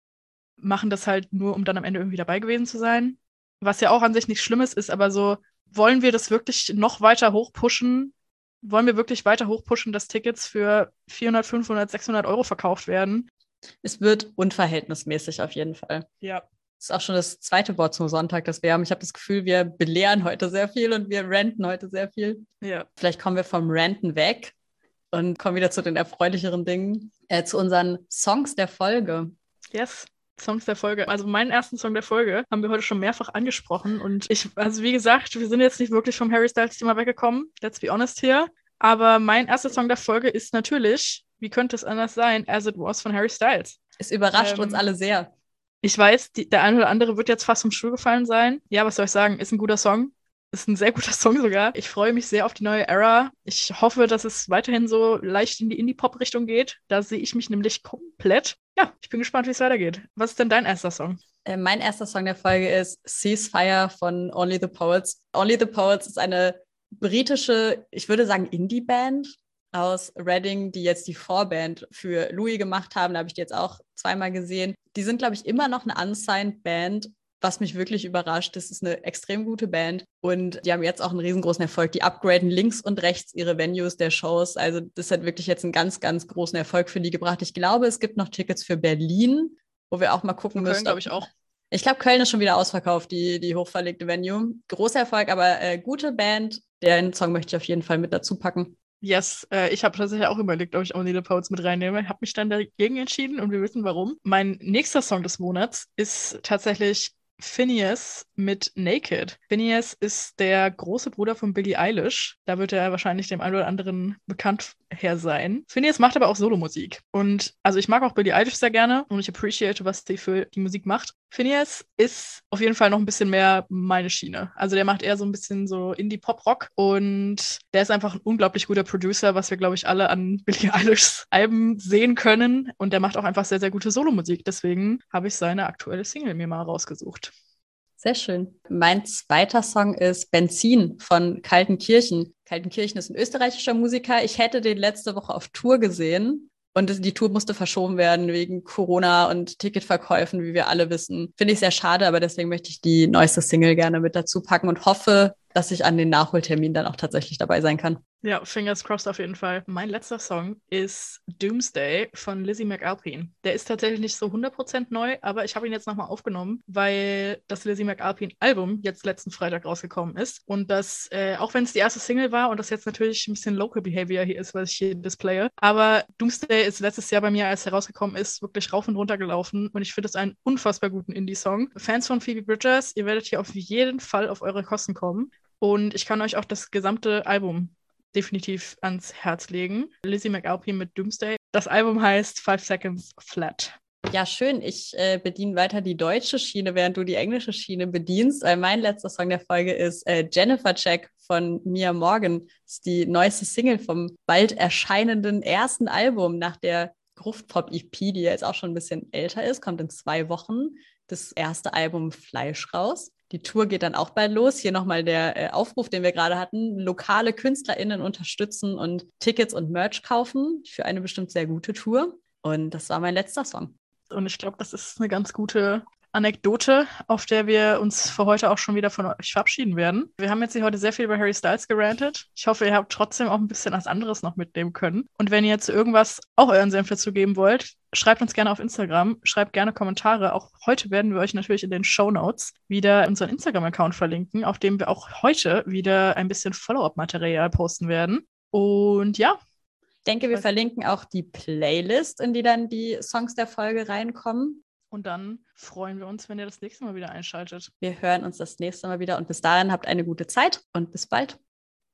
machen das halt nur, um dann am Ende irgendwie dabei gewesen zu sein. Was ja auch an sich nichts Schlimmes ist, aber so, wollen wir das wirklich noch weiter hochpushen? Wollen wir wirklich weiter hochpushen, dass Tickets für vierhundert, fünfhundert, sechshundert Euro verkauft werden? Es wird unverhältnismäßig auf jeden Fall. Ja. Das ist auch schon das zweite Wort zum Sonntag, das wir haben. Ich habe das Gefühl, wir belehren heute sehr viel und wir ranten heute sehr viel. Ja. Vielleicht kommen wir vom Ranten weg und kommen wieder zu den erfreulicheren Dingen, äh, zu unseren Songs der Folge. Yes. Songs der Folge. Also meinen ersten Song der Folge haben wir heute schon mehrfach angesprochen und ich, also wie gesagt, wir sind jetzt nicht wirklich vom Harry Styles Thema weggekommen, let's be honest hier, aber mein erster Song der Folge ist natürlich, wie könnte es anders sein, As It Was von Harry Styles. Es überrascht ähm, uns alle sehr. Ich weiß, die, der eine oder andere wird jetzt fast vom Stuhl gefallen sein. Ja, was soll ich sagen, ist ein guter Song. Ist ein sehr guter Song sogar. Ich freue mich sehr auf die neue Era. Ich hoffe, dass es weiterhin so leicht in die Indie-Pop-Richtung geht. Da sehe ich mich nämlich komplett. Ja, ich bin gespannt, wie es weitergeht. Was ist denn dein erster Song? Äh, mein erster Song der Folge ist Ceasefire von Only the Poets. Only the Poets ist eine britische, ich würde sagen Indie-Band aus Reading, die jetzt die Vorband für Louis gemacht haben. Da habe ich die jetzt auch zweimal gesehen. Die sind, glaube ich, immer noch eine unsigned Band, was mich wirklich überrascht. Das ist eine extrem gute Band und die haben jetzt auch einen riesengroßen Erfolg. Die upgraden links und rechts ihre Venues der Shows. Also das hat wirklich jetzt einen ganz, ganz großen Erfolg für die gebracht. Ich glaube, es gibt noch Tickets für Berlin, wo wir auch mal gucken Köln, müssen. glaube ich auch. Ich glaube, Köln ist schon wieder ausverkauft, die, die hochverlegte Venue. Großer Erfolg, aber äh, gute Band. Den Song möchte ich auf jeden Fall mit dazu packen. Yes, äh, ich habe tatsächlich auch überlegt, ob ich Only the Poets mit reinnehme. Ich habe mich dann dagegen entschieden und wir wissen warum. Mein nächster Song des Monats ist tatsächlich Phineas mit Naked. Phineas ist der große Bruder von Billie Eilish. Da wird er wahrscheinlich dem einen oder anderen bekannt her sein. Phineas macht aber auch Solomusik. Und also ich mag auch Billie Eilish sehr gerne und ich appreciate, was sie für die Musik macht. Phineas ist auf jeden Fall noch ein bisschen mehr meine Schiene. Also der macht eher so ein bisschen so Indie-Pop-Rock und der ist einfach ein unglaublich guter Producer, was wir, glaube ich, alle an Billie Eilishs Alben sehen können. Und der macht auch einfach sehr, sehr gute Solomusik. Deswegen habe ich seine aktuelle Single mir mal rausgesucht. Sehr schön. Mein zweiter Song ist Benzin von Kaltenkirchen. Kaltenkirchen ist ein österreichischer Musiker. Ich hätte den letzte Woche auf Tour gesehen und die Tour musste verschoben werden wegen Corona und Ticketverkäufen, wie wir alle wissen. Finde ich sehr schade, aber deswegen möchte ich die neueste Single gerne mit dazu packen und hoffe, dass ich an den Nachholtermin dann auch tatsächlich dabei sein kann. Ja, fingers crossed auf jeden Fall. Mein letzter Song ist Doomsday von Lizzie McAlpine. Der ist tatsächlich nicht so hundert Prozent neu, aber ich habe ihn jetzt nochmal aufgenommen, weil das Lizzie McAlpine-Album jetzt letzten Freitag rausgekommen ist. Und das, äh, auch wenn es die erste Single war und das jetzt natürlich ein bisschen Local Behavior hier ist, was ich hier displaye, aber Doomsday ist letztes Jahr bei mir, als er rausgekommen ist, wirklich rauf und runter gelaufen und ich finde es einen unfassbar guten Indie-Song. Fans von Phoebe Bridgers, ihr werdet hier auf jeden Fall auf eure Kosten kommen. Und ich kann euch auch das gesamte Album definitiv ans Herz legen. Lizzie McAlpine mit Doomsday. Das Album heißt Five Seconds Flat. Ja, schön. Ich äh, bediene weiter die deutsche Schiene, während du die englische Schiene bedienst. Äh, mein letzter Song der Folge ist äh, Jennifer Check von Mia Morgan. Das ist die neueste Single vom bald erscheinenden ersten Album nach der Gruftpop-E P, die jetzt auch schon ein bisschen älter ist, kommt in zwei Wochen das erste Album Fleisch raus. Die Tour geht dann auch bald los. Hier nochmal der äh, Aufruf, den wir gerade hatten. Lokale KünstlerInnen unterstützen und Tickets und Merch kaufen für eine bestimmt sehr gute Tour. Und das war mein letzter Song. Und ich glaube, das ist eine ganz gute Anekdote, auf der wir uns für heute auch schon wieder von euch verabschieden werden. Wir haben jetzt hier heute sehr viel über Harry Styles gerantet. Ich hoffe, ihr habt trotzdem auch ein bisschen was anderes noch mitnehmen können. Und wenn ihr zu irgendwas auch euren Senf dazu geben wollt, schreibt uns gerne auf Instagram, schreibt gerne Kommentare. Auch heute werden wir euch natürlich in den Shownotes wieder unseren Instagram-Account verlinken, auf dem wir auch heute wieder ein bisschen Follow-up-Material posten werden. Und ja. Ich denke, wir verlinken auch die Playlist, in die dann die Songs der Folge reinkommen. Und dann freuen wir uns, wenn ihr das nächste Mal wieder einschaltet. Wir hören uns das nächste Mal wieder und bis dahin habt eine gute Zeit und bis bald.